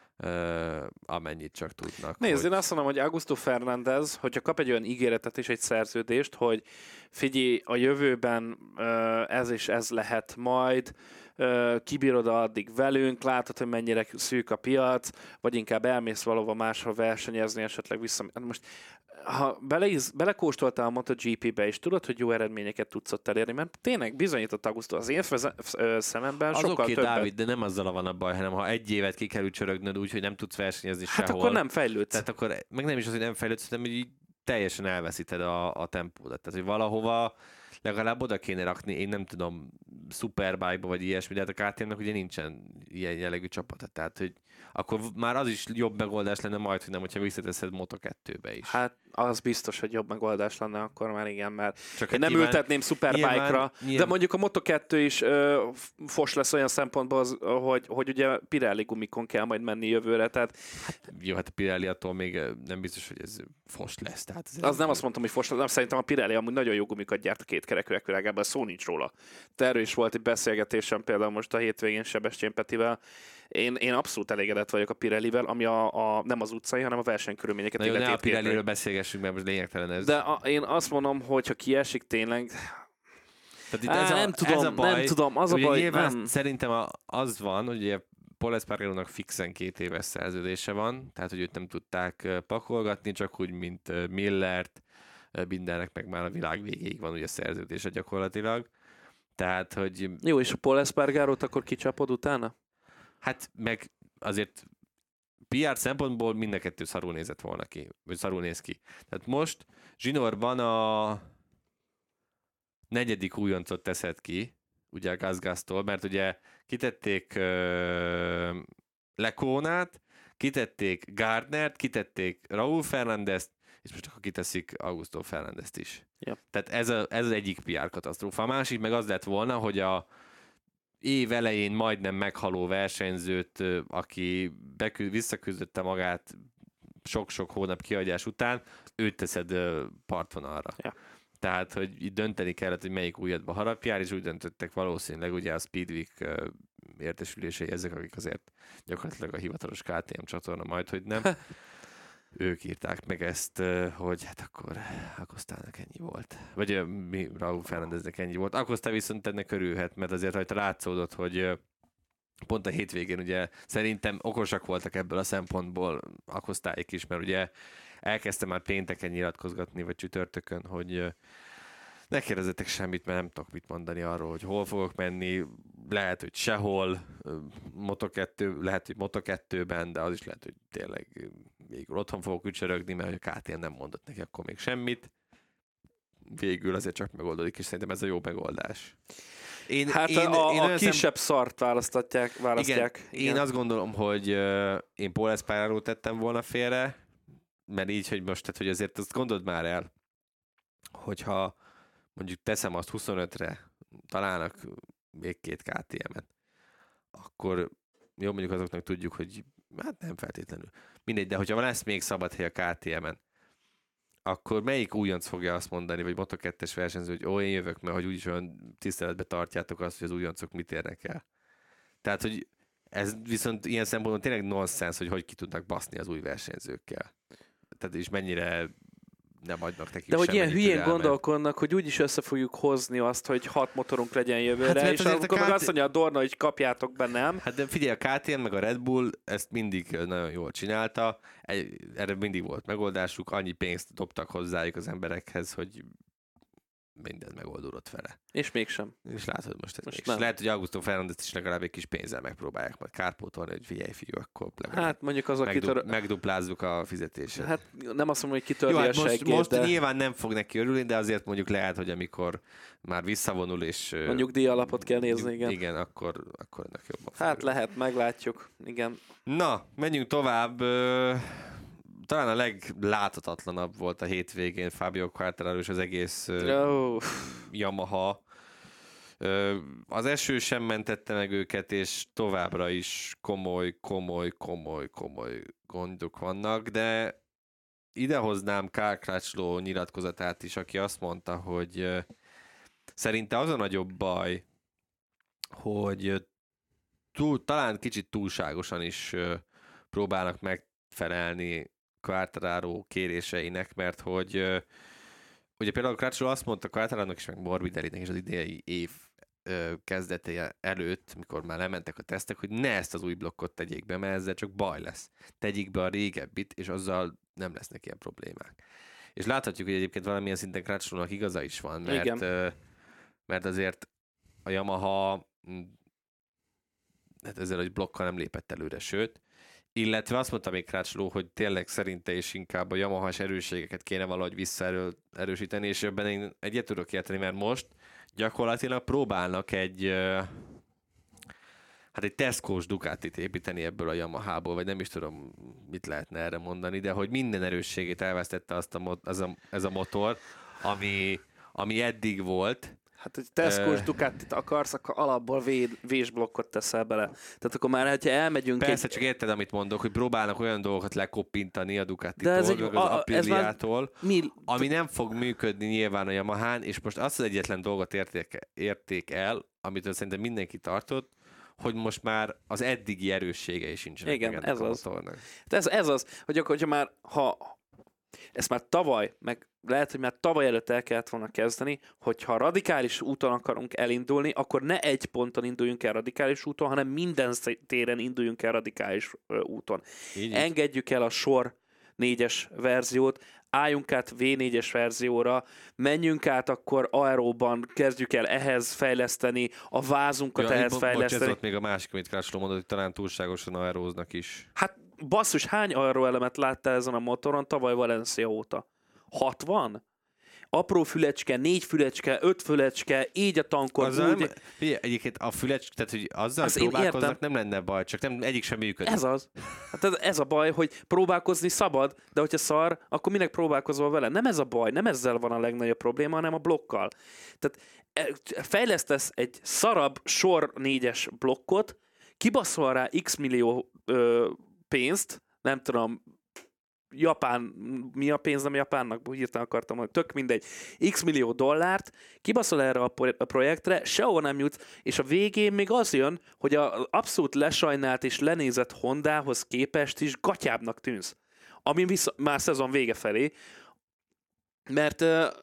amennyit csak tudnak. Nézd, én azt mondom, hogy Augusto Fernández, hogyha kap egy olyan ígéretet és egy szerződést, hogy figyelj, a jövőben ez és ez lehet majd, kibírod addig velünk, látod, hogy mennyire szűk a piac, vagy inkább elmész valahova máshol versenyezni, esetleg vissza. Most ha belekóstoltál a MotoGP-be, és tudod, hogy jó eredményeket tudsz ott elérni, mert tényleg bizonyított Augusto az én szememben az sokkal többet. Dávid, de nem azzal van a baj, hanem ha egy évet ki kell csörögnöd úgy, hogy nem tudsz versenyezni hát sehol. akkor nem fejlődsz. Tehát akkor, meg nem is az, hogy nem fejlődsz, hanem hogy így teljesen elveszíted a tempódat. Tehát, hogy valahova legalább oda kéne rakni, én nem tudom, Superbike-ba vagy ilyesmi, de hát a KTM-nek ugye nincsen ilyen jellegű csapata. Tehát, hogy akkor már az is jobb megoldás lenne majd, hogy nem, hogyha visszateszed Moto2-be is. Hát az biztos, hogy jobb megoldás lenne akkor már, igen, mert csak én nem ültetném Superbike-ra, de mondjuk a Moto2 is fos lesz olyan szempontból, hogy ugye Pirelli gumikon kell majd menni jövőre, tehát... Jó, hát a Pirelli attól még nem biztos, hogy ez fos lesz. Tehát az nem azt mondtam, hogy fos lesz, nem, szerintem a Pirelli amúgy nagyon jó gumikat gyárt a kétkerekűek világában, szó nincs róla. De erről is volt egy beszélgetésem például most a hétvégén Sebestyén Petivel. Én abszolút elégedett vagyok a Pirellivel, ami nem az utcai, hanem a versenykörülményeket illeti. Na jó, ne a Pirelliről beszélgessünk, mert most lényegtelen ez. De én azt mondom, hogy ha kiesik tényleg... Nem tudom, az a baj, nem. Szerintem az van, hogy ugye Pol Espargarónak fixen 2 éves szerződése van, tehát hogy őt nem tudták pakolgatni, csak úgy, mint Millert, mindennek meg már a világ végéig van ugye szerződése gyakorlatilag. Tehát, hogy... Jó, és a Pol Espargarót akkor kicsapod utána? Hát meg azért PR szempontból mind a kettő szarul nézett volna ki, vagy szarul néz ki. Tehát most zsinórban a 4. újoncot teszed ki, ugye a Gazgaztól, mert ugye kitették Lecónát, kitették Gardnert, kitették Raúl Fernándezt, és most akkor kiteszik Augusto Fernándezt is. Yep. Tehát ez az egyik PR katasztrófa. A másik meg az lett volna, hogy a év elején majdnem meghaló versenyzőt, aki visszaküzdötte magát sok-sok hónap kihagyás után, őt teszed partvonalra. Ja. Tehát, hogy itt dönteni kellett, hogy melyik újadba harapjál, és úgy döntöttek valószínűleg ugye a Speedweek értesülései ezek, akik azért gyakorlatilag a hivatalos KTM csatorna majd, hogy nem. Ők írták meg ezt, hogy hát akkor Acosta-nak ennyi volt. Vagy Raúl Fernándeznek ennyi volt. Acosta viszont ennek örülhet, mert azért rajta látszódott, hogy pont a hétvégén ugye szerintem okosak voltak ebből a szempontból Acostáik is, mert ugye elkezdtem már pénteken nyilatkozgatni, vagy csütörtökön, hogy ne kérdezzetek semmit, mert nem tudok mit mondani arról, hogy hol fogok menni, lehet, hogy sehol, lehet, hogy Moto2-ben, de az is lehet, hogy tényleg végül otthon fogok ücsörögni, mert a KTM nem mondott neki akkor még semmit. Végül azért csak megoldódik, és szerintem ez a jó megoldás. A kisebb szart választják. Igen. Én azt gondolom, hogy én Pol Espargarót tettem volna félre, mert így, hogy most, tehát, hogy azért azt gondold már el, hogyha mondjuk teszem azt 25-re, találnak még 2 KTM-et, akkor jó, mondjuk azoknak tudjuk, hogy hát nem feltétlenül. Mindegy, de hogyha lesz még szabad hely a KTM-en, akkor melyik újonc fogja azt mondani, vagy Moto2-es versenyző, hogy én jövök, mert hogy úgyis olyan tiszteletbe tartjátok azt, hogy az újoncok mit érnek el. Tehát, hogy ez viszont ilyen szempontból tényleg nonsens, hogy ki tudnak baszni az új versenyzőkkel. Tehát is mennyire nem adnak nekik. De hogy ilyen hülyén gondolkodnak, hogy úgyis össze fogjuk hozni azt, hogy 6 motorunk legyen jövőre, hát, és akkor meg azt mondja a Dorna, hogy kapjátok be, nem? Hát de figyelj, a KTM meg a Red Bull ezt mindig nagyon jól csinálta, erre mindig volt megoldásuk, annyi pénzt dobtak hozzájuk az emberekhez, hogy minden megoldódott vele. És mégsem. És látod most lehet, hogy Augusto Fernandez is legalább egy kis pénzzel megpróbálják majd kárpótolni, hogy figyelj fiú, akkor hát mondjuk az megduplázzuk a fizetését. Hát nem azt mondom, hogy kitörli a seggét, most de... nyilván nem fog neki örülni, de azért mondjuk lehet, hogy amikor már visszavonul és... A nyugdíjalapot kell nézni, igen. Igen, akkor ennek jobban hát lehet, meglátjuk, igen. Na, menjünk tovább. Talán a legláthatatlanabb volt a hétvégén Fabio Quartararo és az egész Yamaha. Az eső sem mentette meg őket, és továbbra is komoly gondok vannak, de idehoznám Karl Crutchlow nyilatkozatát is, aki azt mondta, hogy szerinte az a nagyobb baj, hogy talán kicsit túlságosan is próbálnak megfelelni Quartararo kéréseinek, mert hogy ugye például Crutchlow azt mondta Quartararónak is, meg Morbidellinek is az idei év kezdete előtt, mikor már lementek a tesztek, hogy ne ezt az új blokkot tegyék be, mert ezzel csak baj lesz. Tegyék be a régebbit, és azzal nem lesznek ilyen problémák. És láthatjuk, hogy egyébként valamilyen szinten Crutchlownak igaza is van, mert azért a Yamaha hát ezzel egy blokkal nem lépett előre, sőt, illetve azt mondta még Crutchlow, hogy tényleg szerinte is inkább a Yamaha-s erősségeket kéne valahogy visszaerősíteni, és ebben én egyet tudok érteni, mert most gyakorlatilag próbálnak egy Tesco-s Ducatit építeni ebből a Yamahából, vagy nem is tudom, mit lehetne erre mondani, de hogy minden erősségét elvesztette ez a motor, ami eddig volt. Hát, hogy Tesco-s Ducatit akarsz, akkor alapból vésblokkot teszel bele. Tehát akkor már, hogyha elmegyünk... Persze, csak érted, amit mondok, hogy próbálnak olyan dolgokat lekoppintani a Ducatitól, meg az Apriliától, ami nem fog működni nyilván a Yamahán, és most azt az egyetlen dolgot érték el, amitől szerintem mindenki tartott, hogy most már az eddigi erősségei sincsenek. Igen, ez az. Ez az, hogy akkor, hogyha már, ezt már tavaly, meg lehet, hogy már tavaly előtt el kellett volna kezdeni, hogyha radikális úton akarunk elindulni, akkor ne egy ponton induljunk el radikális úton, hanem minden téren induljunk el radikális úton. Engedjük el a sor 4-es verziót, álljunk át V4-es verzióra, menjünk át akkor aeróban, kezdjük el ehhez fejleszteni, a vázunkat ehhez fejleszteni. Ez volt még a másik, amit Crutchlow mondott, hogy talán túlságosan aeróznak is. Hát basszus, hány aeroelemet láttál ezen a motoron tavaly Valencia óta? 60? Apró fülecske, 4 fülecske, 5 fülecske, így a tankon. Egyébként a fülecske, tehát hogy azzal próbálkoznak, nem lenne baj, csak nem, egyik sem működik. Ez az. Hát ez a baj, hogy próbálkozni szabad, de hogyha szar, akkor minek próbálkozol vele? Nem ez a baj, nem ezzel van a legnagyobb probléma, hanem a blokkal. Tehát fejlesztesz egy szarabb sor 4-es blokkot, kibaszol rá x millió pénzt, nem tudom, Japán, mi a pénz, nem Japánnak, hirtelen akartam mondani, tök mindegy, x millió dollárt, kibaszol erre a projektre, sehol nem jutsz, és a végén még az jön, hogy az abszolút lesajnált és lenézett Hondához képest is gatyábbnak tűnsz. Ami már szezon vége felé, mert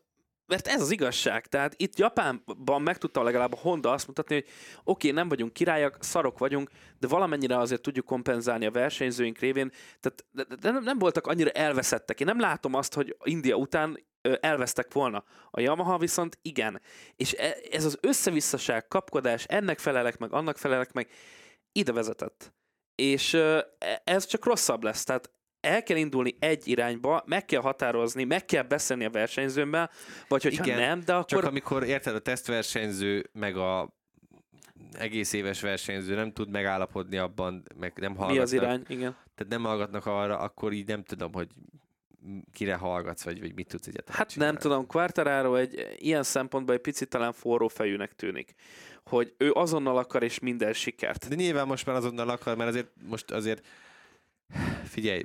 mert ez az igazság. Tehát itt Japánban meg tudta legalább a Honda azt mutatni, hogy oké, nem vagyunk királyak, szarok vagyunk, de valamennyire azért tudjuk kompenzálni a versenyzőink révén. Tehát de nem voltak annyira elveszettek. Én nem látom azt, hogy India után elvesztek volna. A Yamaha viszont igen. És ez az összevisszaság, kapkodás, ennek felelek meg, annak felelek meg, ide vezetett. És ez csak rosszabb lesz. Tehát el kell indulni egy irányba, meg kell határozni, meg kell beszélni a versenyzőmmel, vagy hogyha igen, nem, de akkor... Csak amikor érted, a tesztversenyző, meg a egész éves versenyző nem tud megállapodni abban, meg nem hallgatnak. Mi az irány, igen. Tehát nem hallgatnak arra, akkor így nem tudom, hogy kire hallgatsz, vagy mit tudsz egyáltalán Hát csinálni. nem tudom, Quartararo egy ilyen szempontból egy picit talán forró fejűnek tűnik. Hogy ő azonnal akar és minden sikert. De nyilván most már azonnal akar, mert azért figyelj,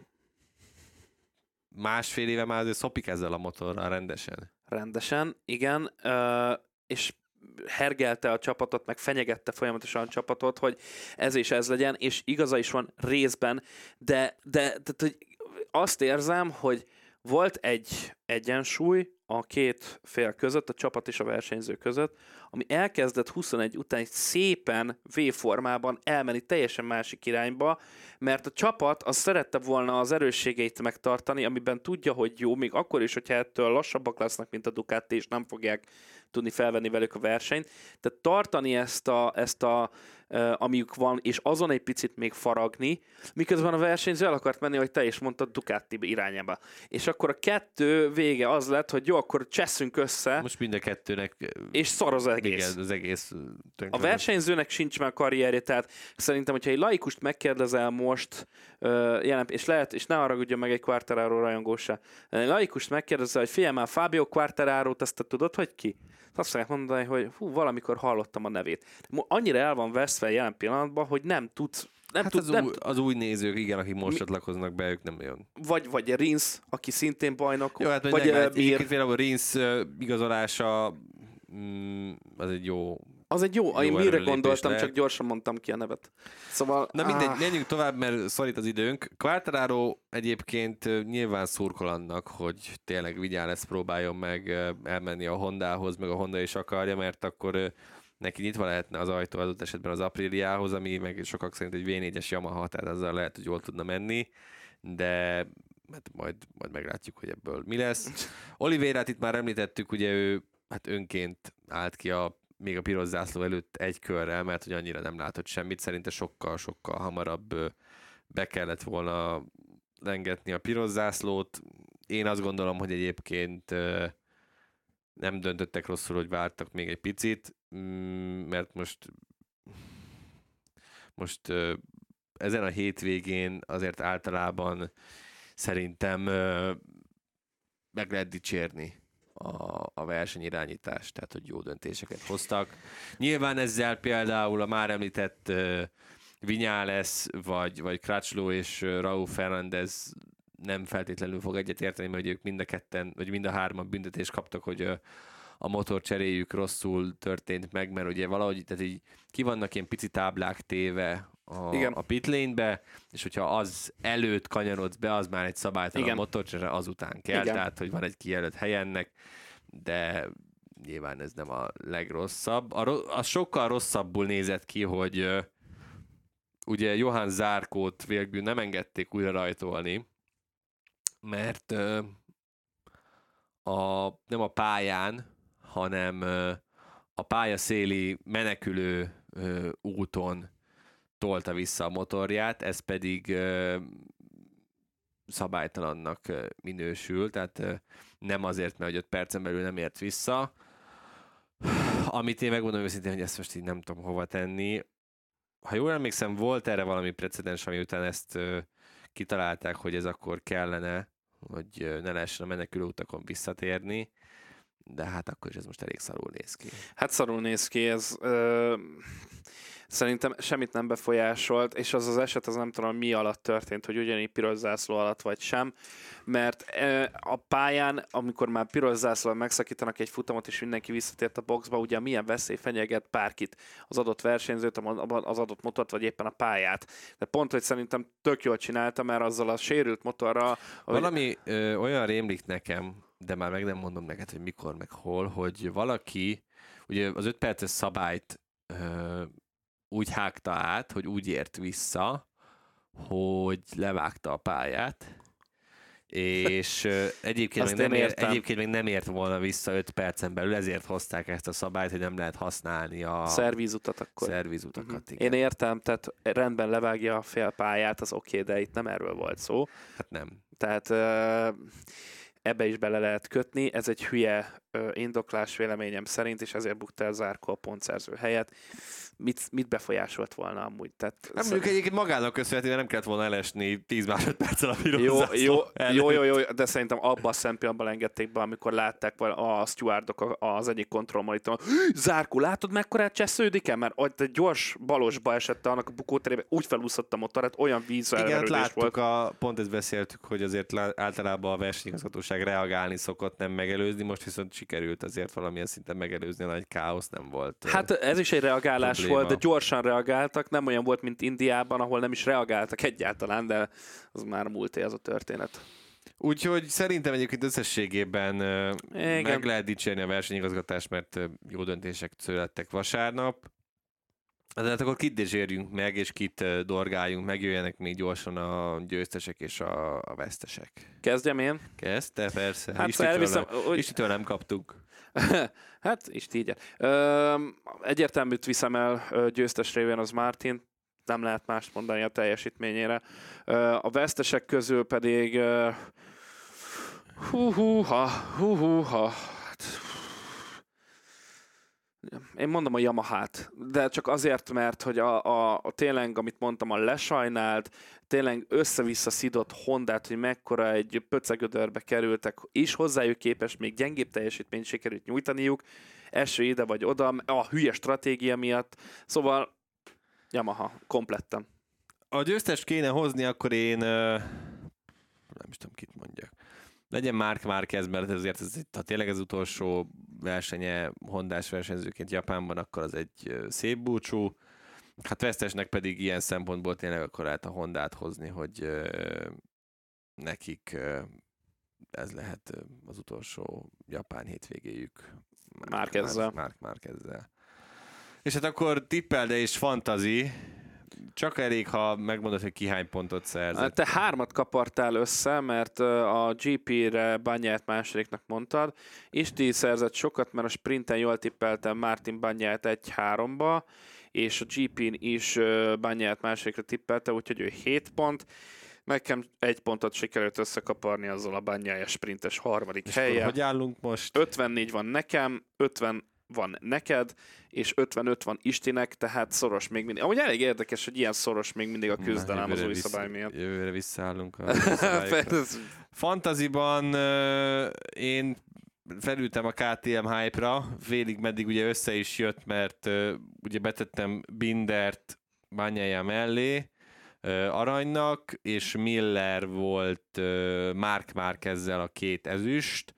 másfél éve már azért szopik ezzel a motorral rendesen. Rendesen, igen, és hergelte a csapatot, meg fenyegette folyamatosan a csapatot, hogy ez és ez legyen, és igaza is van részben, de hogy azt érzem, hogy volt egy egyensúly a két fél között, a csapat és a versenyző között, ami elkezdett 21 után egy szépen V-formában elmenni teljesen másik irányba, mert a csapat az szerette volna az erősségeit megtartani, amiben tudja, hogy jó, még akkor is, hogyha ettől lassabbak lesznek, mint a Ducati, és nem fogják tudni felvenni velük a versenyt. Tehát tartani ezt a amiük van, és azon egy picit még faragni, miközben a versenyző el akart menni, hogy te is mondtad, Ducati irányába. És akkor a kettő vége az lett, hogy jó, akkor cseszünk össze. Most mind a kettőnek... És szar az egész. Igen, az egész a versenyzőnek sincs már karrierje, tehát szerintem, hogyha egy laikust megkérdezel most, és lehet, és ne haragudjon meg egy Quartararo rajongó se, egy laikust megkérdezel, hogy figyelj már, Fabio Quartararo-t, azt te tudod, hogy ki? Azt fogják mondani, hogy valamikor hallottam a nevét. Annyira el van veszve jelen pillanatban, hogy nem tudsz. Az új nézők, igen, akik most csatlakoznak be, ők nem olyan. Vagy Rins, aki szintén bajnok. Jó, hát vagy például Rins igazolása az egy jó. Az egy jó, én mire gondoltam, lehet. Csak gyorsan mondtam ki a nevet. Szóval... Na mindegy, menjünk tovább, mert szorít az időnk. Quartararo egyébként nyilván szurkol annak, hogy tényleg Viñales próbáljon meg elmenni a Hondához, meg a Honda is akarja, mert akkor neki nyitva lehetne az ajtó adott esetben az Apriliához, ami meg sokak szerint egy V4-es Yamaha, tehát azzal lehet, hogy jól tudna menni, de hát majd meglátjuk, hogy ebből mi lesz. Oliveirát itt már említettük, ugye ő hát önként állt ki még a piros zászló előtt egy körrel, mert hogy annyira nem látott semmit. Szerinte sokkal hamarabb be kellett volna lengetni a piros zászlót. Én azt gondolom, hogy egyébként nem döntöttek rosszul, hogy vártak még egy picit, mert most ezen a hétvégén azért általában szerintem meg lehet dicsérni a versenyirányítást, tehát hogy jó döntéseket hoztak. Nyilván ezzel például a már említett Viñales, vagy Crutchlow és Raúl Fernández nem feltétlenül fog egyetérteni, mert ők mind a ketten, vagy mind a hárman büntetést kaptak, hogy a motor cseréjük rosszul történt meg, mert ugye valahogy tehát így ki vannak ilyen pici táblák téve a pitlane-be, és hogyha az előtt kanyarodsz be, az már egy szabálytalan motorcsere, azután kell, tehát hogy van egy kijelölt helyennek, de nyilván ez nem a legrosszabb. Az sokkal rosszabbul nézett ki, hogy ugye Johann Zarcót végül nem engedték újra rajtolni, mert nem a pályán, hanem a pályaszéli menekülő úton tolta vissza a motorját, ez pedig szabálytalannak minősül, tehát nem azért, mert 5 percen belül nem ért vissza. Amit én megmondom őszintén, hogy ezt most így nem tudom hova tenni. Ha jól emlékszem, volt erre valami precedens, ami után ezt kitalálták, hogy ez akkor kellene, hogy ne lehessen a menekülő utakon visszatérni, de hát akkor is ez most elég szarul néz ki. Hát szarul néz ki, ez szerintem semmit nem befolyásolt, és az eset az nem tudom mi alatt történt, hogy ugyanígy piros zászló alatt vagy sem, mert a pályán, amikor már piros zászlóval megszakítanak egy futamot, és mindenki visszatért a boxba, ugye milyen veszély fenyeget bárkit, az adott versenyzőt, az adott motort, vagy éppen a pályát. De pont, hogy szerintem tök jól csinálta, mert azzal a sérült motorral... Valami olyan rémlik nekem, de már meg nem mondom neked, hogy mikor, meg hol, hogy valaki, ugye az 5 perces szabályt úgy hágta át, hogy úgy ért vissza, hogy levágta a pályát, és egyébként még nem ért volna vissza 5 percen belül, ezért hozták ezt a szabályt, hogy nem lehet használni a szervízutat akkor. Szervízutakat, igen. Én értem, tehát rendben levágja a fél pályát, az oké, de itt nem erről volt szó. Hát nem. Tehát ebbe is bele lehet kötni. Ez egy hülye indoklás véleményem szerint, és ezért bukta el Zarco a pontszerző helyet. Mit befolyásolt volna amúgy? Tehát, nem mondjuk egyébként magának köszönhetően nem kellett volna elesni 10 másodperccel a piros jó, de szerintem abban a szempillanatban engedték be, amikor látták a stewardok az egyik kontrollmonitoron. Zarco, látod mekkorát csesződik-e? Mert egy gyors balosba esett annak a bukóterébe, úgy felúszott a motorát, olyan vízverődés volt. Igen, láttuk, pont ezt beszéltük, hogy azért általában a versenyigazgatóság reagálni szokott, nem megelőzni, most viszont sikerült azért valamilyen szinten megelőzni, a nagy káosz nem volt. Hát ez is egy reagálás volt, de gyorsan reagáltak, nem olyan volt, mint Indiában, ahol nem is reagáltak egyáltalán, de az már múlté az a történet. Úgyhogy szerintem egyébként összességében meg lehet dicsérni a versenyigazgatást, mert jó döntések születtek vasárnap. De hát akkor kit dezsérjünk meg, és kit dorgáljunk meg, jöjjenek még gyorsan a győztesek és a vesztesek. Kezdjem én? Kezd, te persze. Hát Istitől nem kaptuk. Hát, így. Egyértelműt viszem el győztes révén az Martin, nem lehet mást mondani a teljesítményére. A vesztesek közül pedig én mondom a Yamahát, de csak azért, mert hogy a tényleg, amit mondtam, a lesajnált, tényleg össze-vissza szidott Hondát, hogy mekkora egy pöcegödörbe kerültek, és hozzájuk képest még gyengébb teljesítményt sikerült nyújtaniuk, eső ide vagy oda, a hülye stratégia miatt, szóval Yamaha, kompletten. A győztest kéne hozni, akkor én nem is tudom, kit mondjak. Legyen Marc Márquez, mert azért ha tényleg az utolsó versenye hondás versenyzőként Japánban, akkor az egy szép búcsú. Hát vesztesnek pedig ilyen szempontból tényleg akkor lehet a Hondát hozni, hogy nekik ez lehet az utolsó japán hétvégéjük. Márquezzel. És hát akkor tippel, de is fantazi. Csak elég, ha megmondod, hogy ki hány pontot szerzett. Te 3 kapartál össze, mert a GP-re Bagnaert másodiknak mondtad. Isti szerzett sokat, mert a sprinten jól tippeltem Martin Bagnaert 1-3-ba, és a GP-n is Bagnaert másodikra tippelte, úgyhogy ő 7 pont. Nekem 1 pontot sikerült összekaparni azzal a Bagnaert sprintes harmadik helye. Hogy állunk most? 54 van nekem, 50 van neked, és 55 van Istinek, tehát szoros még mindig. Amúgy elég érdekes, hogy ilyen szoros még mindig a küzdelem az új szabály miatt. Jövőre visszaállunk a szabályokra. Fantaziban én felültem a KTM hype-ra, félig meddig ugye össze is jött, mert ugye betettem Bindert Bagnaia mellé, aranynak, és Miller volt Marc Márquezzel a 2 ezüst,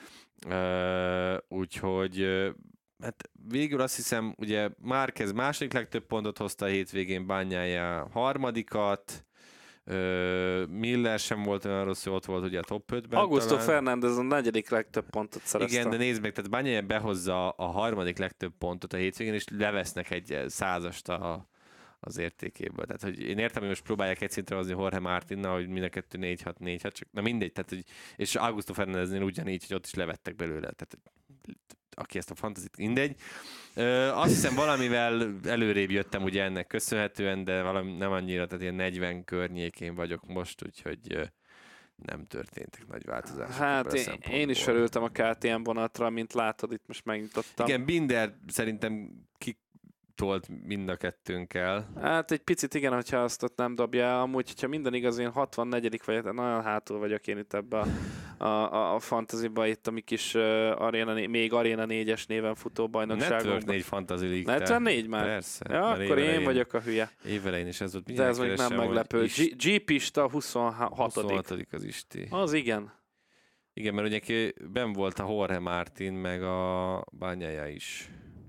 úgyhogy hát végül azt hiszem, ugye Márquez második legtöbb pontot hozta a hétvégén, Bagnaia harmadikat, Miller sem volt olyan rossz, hogy ott volt ugye a top 5-ben. Augusto Fernández a 4. legtöbb pontot szerezte. Igen, de nézd meg, tehát Bagnaia behozza a harmadik legtöbb pontot a hétvégén, és levesznek egy 100-ast az értékéből. Tehát, hogy én értem, hogy most próbálják egy szintre hozni Jorge Martinnal, hogy mind a kettő 4-6, csak na mindegy, tehát, hogy, és Augusto Fernándeznél ugyanígy, hogy ott is levettek belőle, tehát aki ezt a fantazit, mindegy. Azt hiszem valamivel előrébb jöttem ugye ennek köszönhetően, de valami nem annyira, tehát ilyen 40 környékén vagyok most, úgyhogy nem történtek nagy változások. Hát én is felültem a KTM vonatra, mint látod, itt most megnyitottam. Igen, Binder szerintem tolt mind a kettőnkkel. Hát egy picit igen, hogyha azt ott nem dobja. Amúgy, hogyha minden igaz, én 64. vagy, nagyon hátul vagyok én itt ebbe a fantasyba, itt a mi kis még Arena 4-es néven futó bajnokságunkban. Network 4 Fantasy League. Network 4 már? Persze. Ja, akkor én vagyok a hülye. Évelején is ez volt. De ez még nem meglepő. GP-sta 26. 26. az Isti. Az igen. Igen, mert ugye benn volt a Jorge Martin, meg a Bagnaia is.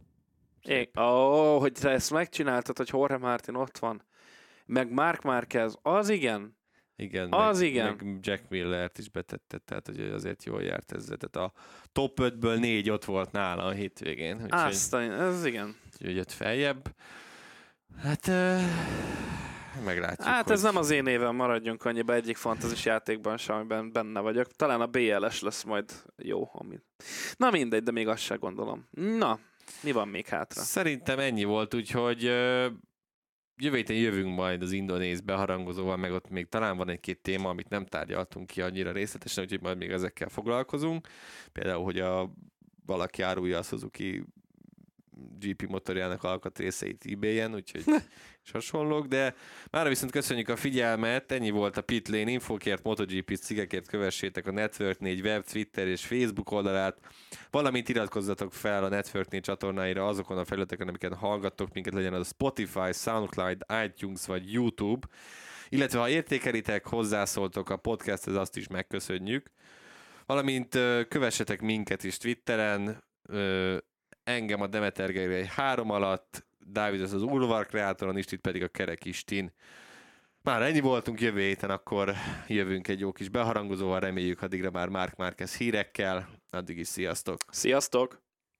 Hogy te ezt megcsináltad, hogy Jorge Martin ott van, meg Marc Márquez, az igen. Igen, Az meg, igen. meg Jack Millert is betette, tehát hogy azért jól járt ezzel. Tehát a top 5-ből 4 ott volt nála a hétvégén. Ez igen. Úgyhogy jött feljebb. Hát meglátjuk. Hát ez nem az én évem, maradjunk annyiba egyik fantazis játékban sem, amiben benne vagyok. Talán a BLS lesz majd jó. Na mindegy, de még azt sem gondolom. Na, mi van még hátra? Szerintem ennyi volt, úgyhogy jövő héten jövünk majd az indonéz beharangozóval, meg ott még talán van egy-két téma, amit nem tárgyaltunk ki annyira részletesen, úgyhogy majd még ezekkel foglalkozunk. Például, hogy valaki árulja a Suzuki GP motorjának alkatrészeit eBay-en, úgyhogy és hasonlók, de mára viszont köszönjük a figyelmet, ennyi volt a Pitlane, infokért, MotoGP cikkekért kövessétek a Network 4 web, Twitter és Facebook oldalát, valamint iratkozzatok fel a Network 4 csatornáira azokon a felületeken, amiket hallgattok minket, legyen az a Spotify, SoundCloud, iTunes vagy YouTube, illetve ha értékelitek, hozzászóltok a podcasthez, azt is megköszönjük. Valamint kövessetek minket is Twitteren, engem a Demeter Gergely 3 alatt, Dávid az Ulvar kreátoron, Istit pedig a Kerek Istin. Már ennyi voltunk, jövő héten akkor jövünk egy jó kis beharangozóval, reméljük addigra már Marc Márquez hírekkel. Addig is sziasztok! Sziasztok!